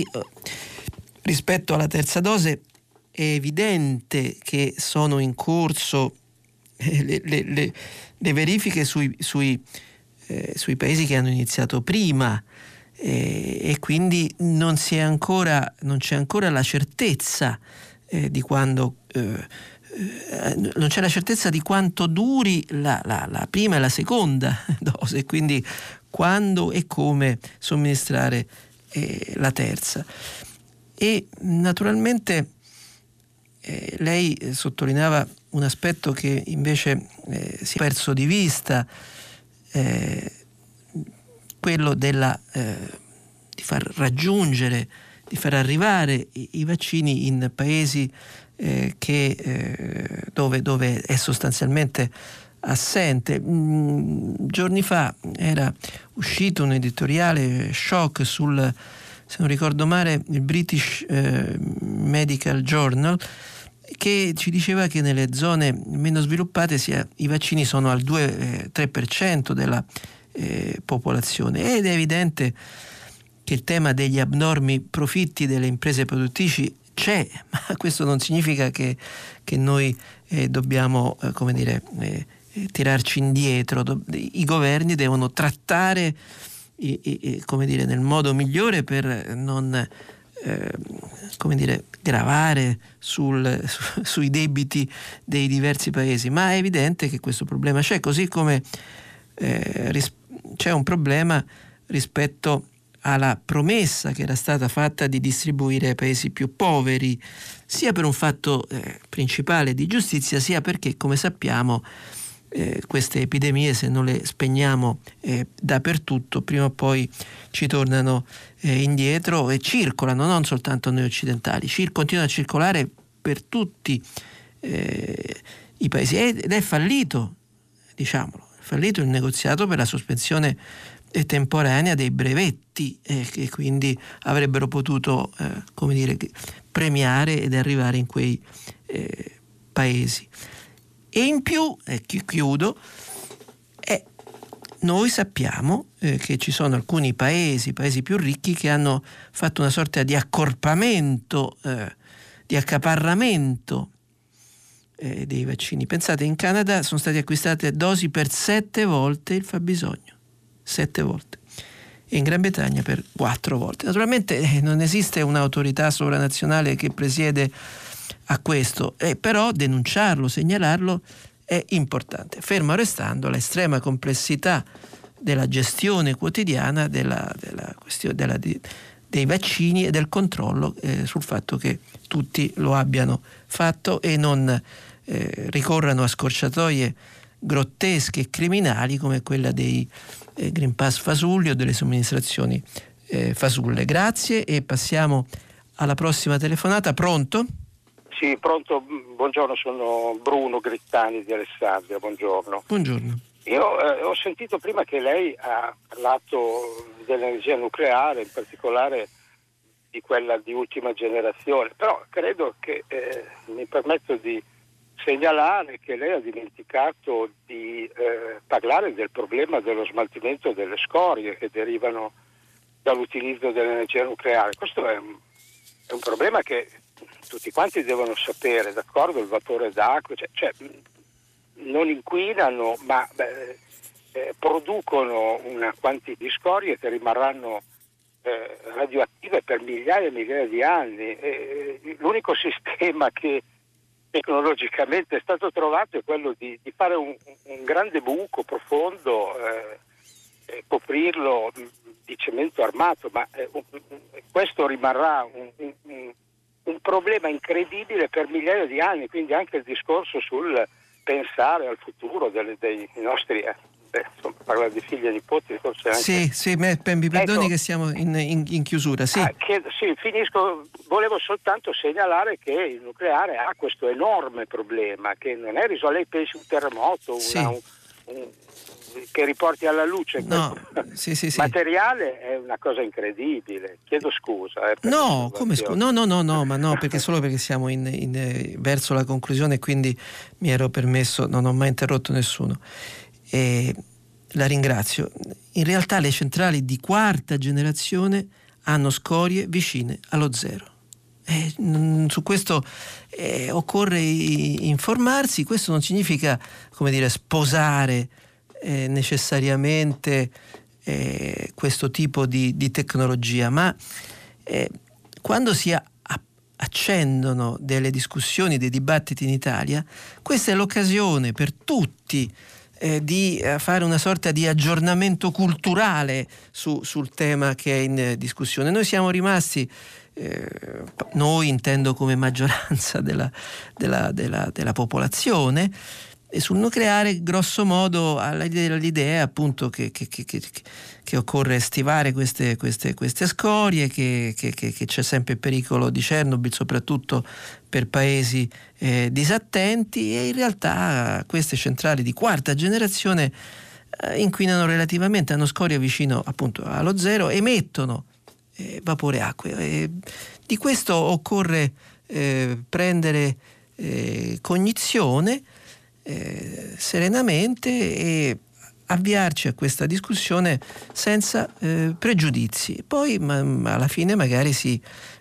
Rispetto alla terza dose è evidente che sono in corso eh, le, le, le, le verifiche sui, sui, eh, sui paesi che hanno iniziato prima eh, e quindi non, si è ancora, non c'è ancora la certezza eh, di quando eh, eh, non c'è la certezza di quanto duri la, la, la prima e la seconda dose, quindi quando e come somministrare eh, la terza. E naturalmente eh, lei sottolineava un aspetto che invece eh, si è perso di vista, eh, quello della, eh, di far raggiungere, di far arrivare i, i vaccini in paesi eh, che, eh, dove, dove è sostanzialmente assente. Mm, giorni fa era uscito un editoriale shock sul, se non ricordo male, il British eh, Medical Journal, che ci diceva che nelle zone meno sviluppate sia, i vaccini sono al due tre per cento della eh, popolazione, ed è evidente che il tema degli abnormi profitti delle imprese produttrici c'è, ma questo non significa che, che noi eh, dobbiamo eh, come dire eh, tirarci indietro. I governi devono trattare I, i, come dire, nel modo migliore per non eh, come dire, gravare sul, su, sui debiti dei diversi paesi, ma è evidente che questo problema c'è, così come eh, ris- c'è un problema rispetto alla promessa che era stata fatta di distribuire ai paesi più poveri, sia per un fatto eh, principale di giustizia, sia perché, come sappiamo, Eh, queste epidemie, se non le spegniamo eh, dappertutto, prima o poi ci tornano eh, indietro e circolano, non soltanto noi occidentali, cir- continuano a circolare per tutti eh, i paesi, ed è fallito, diciamolo, è fallito il negoziato per la sospensione eh, temporanea dei brevetti eh, che quindi avrebbero potuto eh, come dire, premiare ed arrivare in quei eh, paesi. E in più, e chiudo, eh, noi sappiamo eh, che ci sono alcuni paesi, paesi più ricchi, che hanno fatto una sorta di accorpamento, eh, di accaparramento eh, dei vaccini. Pensate, in Canada sono state acquistate dosi per sette volte il fabbisogno, sette volte, e in Gran Bretagna per quattro volte. Naturalmente eh, non esiste un'autorità sovranazionale che presiede a questo, eh, però denunciarlo, segnalarlo è importante, fermo restando l'estrema complessità della gestione quotidiana della, della questione della, di, dei vaccini e del controllo eh, sul fatto che tutti lo abbiano fatto e non eh, ricorrano a scorciatoie grottesche e criminali come quella dei eh, Green Pass fasulli o delle somministrazioni eh, fasulle. Grazie, e passiamo alla prossima telefonata. Pronto? Sì, pronto, buongiorno, sono Bruno Grittani di Alessandria, buongiorno. Buongiorno. Io eh, ho sentito prima che lei ha parlato dell'energia nucleare, in particolare di quella di ultima generazione, però credo che, eh, mi permetto di segnalare che lei ha dimenticato di eh, parlare del problema dello smaltimento delle scorie che derivano dall'utilizzo dell'energia nucleare. Questo è un, è un problema che tutti quanti devono sapere, d'accordo? Il vapore d'acqua, cioè, cioè non inquinano, ma beh, eh, producono una quantità di scorie che rimarranno eh, radioattive per migliaia e migliaia di anni. E l'unico sistema che tecnologicamente è stato trovato è quello di, di fare un, un grande buco profondo, eh, eh, coprirlo di cemento armato, ma eh, un, questo rimarrà un, un un problema incredibile per migliaia di anni, quindi anche il discorso sul pensare al futuro delle, dei nostri beh, insomma, parla di figli e nipoti, forse anche... Sì, sì, me, mi perdoni ecco, che siamo in, in, in chiusura, sì. Ah, che, sì, finisco, volevo soltanto segnalare che il nucleare ha questo enorme problema, che non è risolto, lei pensi un terremoto, una, sì. un, un, che riporti alla luce no, sì, sì, sì. materiale, è una cosa incredibile. Chiedo scusa. Eh, per no, come scusa? No, no, no, no, ma no, perché solo perché siamo in, in, verso la conclusione e quindi mi ero permesso, non ho mai interrotto nessuno. E la ringrazio. In realtà le centrali di quarta generazione hanno scorie vicine allo zero. Eh, su questo eh, occorre informarsi. Questo non significa, come dire, sposare eh, necessariamente eh, questo tipo di, di tecnologia, ma eh, quando si a, accendono delle discussioni, dei dibattiti in Italia, questa è l'occasione per tutti eh, di eh, fare una sorta di aggiornamento culturale su, sul tema che è in eh, discussione. Noi siamo rimasti Eh, noi intendo come maggioranza della, della, della, della popolazione, e sul nucleare grosso modo l'idea appunto che, che, che, che, che occorre stivare queste, queste, queste scorie, che, che, che, che c'è sempre il pericolo di Chernobyl soprattutto per paesi eh, disattenti, e in realtà queste centrali di quarta generazione eh, inquinano relativamente, hanno scoria vicino appunto allo zero, emettono Eh, vapore acque. Eh, di questo occorre eh, prendere eh, cognizione eh, serenamente e avviarci a questa discussione senza eh, pregiudizi. Poi ma, alla fine magari si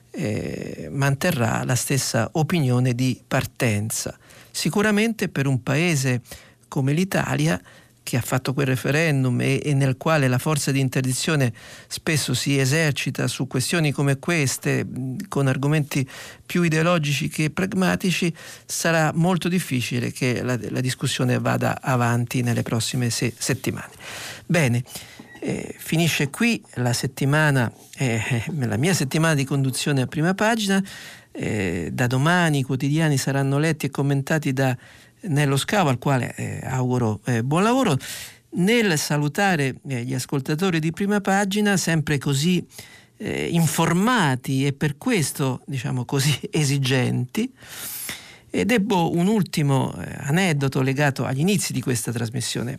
eh, manterrà la stessa opinione di partenza. Sicuramente per un paese come l'Italia, che ha fatto quel referendum e, e nel quale la forza di interdizione spesso si esercita su questioni come queste, con argomenti più ideologici che pragmatici, sarà molto difficile che la, la discussione vada avanti nelle prossime se, settimane. Bene, eh, finisce qui la settimana, eh, la mia settimana di conduzione a Prima Pagina. Eh, da domani i quotidiani saranno letti e commentati da Nello Scavo, al quale eh, auguro eh, buon lavoro. Nel salutare eh, gli ascoltatori di Prima Pagina, sempre così eh, informati e per questo diciamo così esigenti, e debbo un ultimo eh, aneddoto legato agli inizi di questa trasmissione.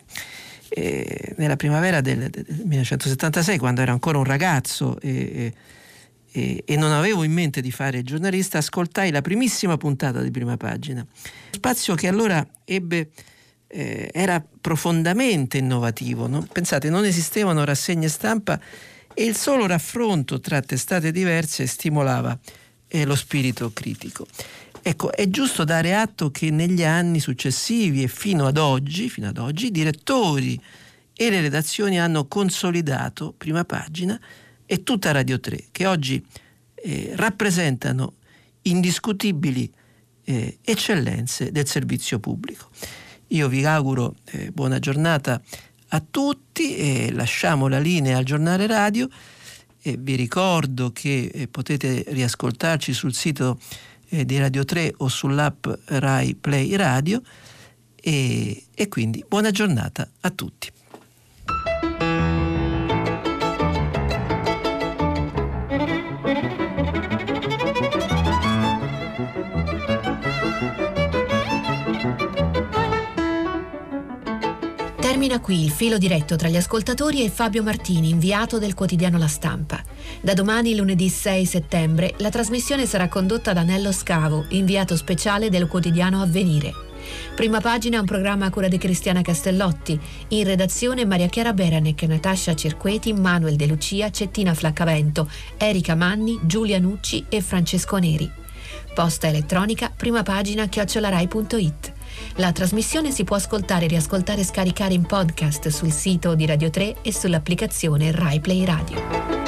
Eh, nella primavera del, del millenovecentosettantasei, quando ero ancora un ragazzo e, e, e non avevo in mente di fare il giornalista, ascoltai la primissima puntata di Prima Pagina. Spazio che allora ebbe eh, era profondamente innovativo, no? Pensate, non esistevano rassegne stampa e il solo raffronto tra testate diverse stimolava eh, lo spirito critico. Ecco, è giusto dare atto che negli anni successivi e fino ad oggi, fino ad oggi, i direttori e le redazioni hanno consolidato Prima Pagina e tutta Radio tre, che oggi eh, rappresentano indiscutibili Eh, eccellenze del servizio pubblico. Io vi auguro eh, buona giornata a tutti e lasciamo la linea al giornale radio e vi ricordo che eh, potete riascoltarci sul sito eh, di Radio tre o sull'app Rai Play Radio e, e quindi buona giornata a tutti. Termina qui il filo diretto tra gli ascoltatori e Fabio Martini, inviato del quotidiano La Stampa. Da domani, lunedì sei settembre, la trasmissione sarà condotta da Nello Scavo, inviato speciale del quotidiano Avvenire. Prima Pagina è un programma a cura di Cristiana Castellotti, in redazione Maria Chiara Beranec, Natascia Cerqueti, Manuel De Lucia, Cettina Flaccavento, Erika Manni, Giulia Nucci e Francesco Neri. Posta elettronica primapagina chiocciola rai punto it. La trasmissione si può ascoltare, riascoltare e scaricare in podcast sul sito di Radio tre e sull'applicazione Rai Play Radio.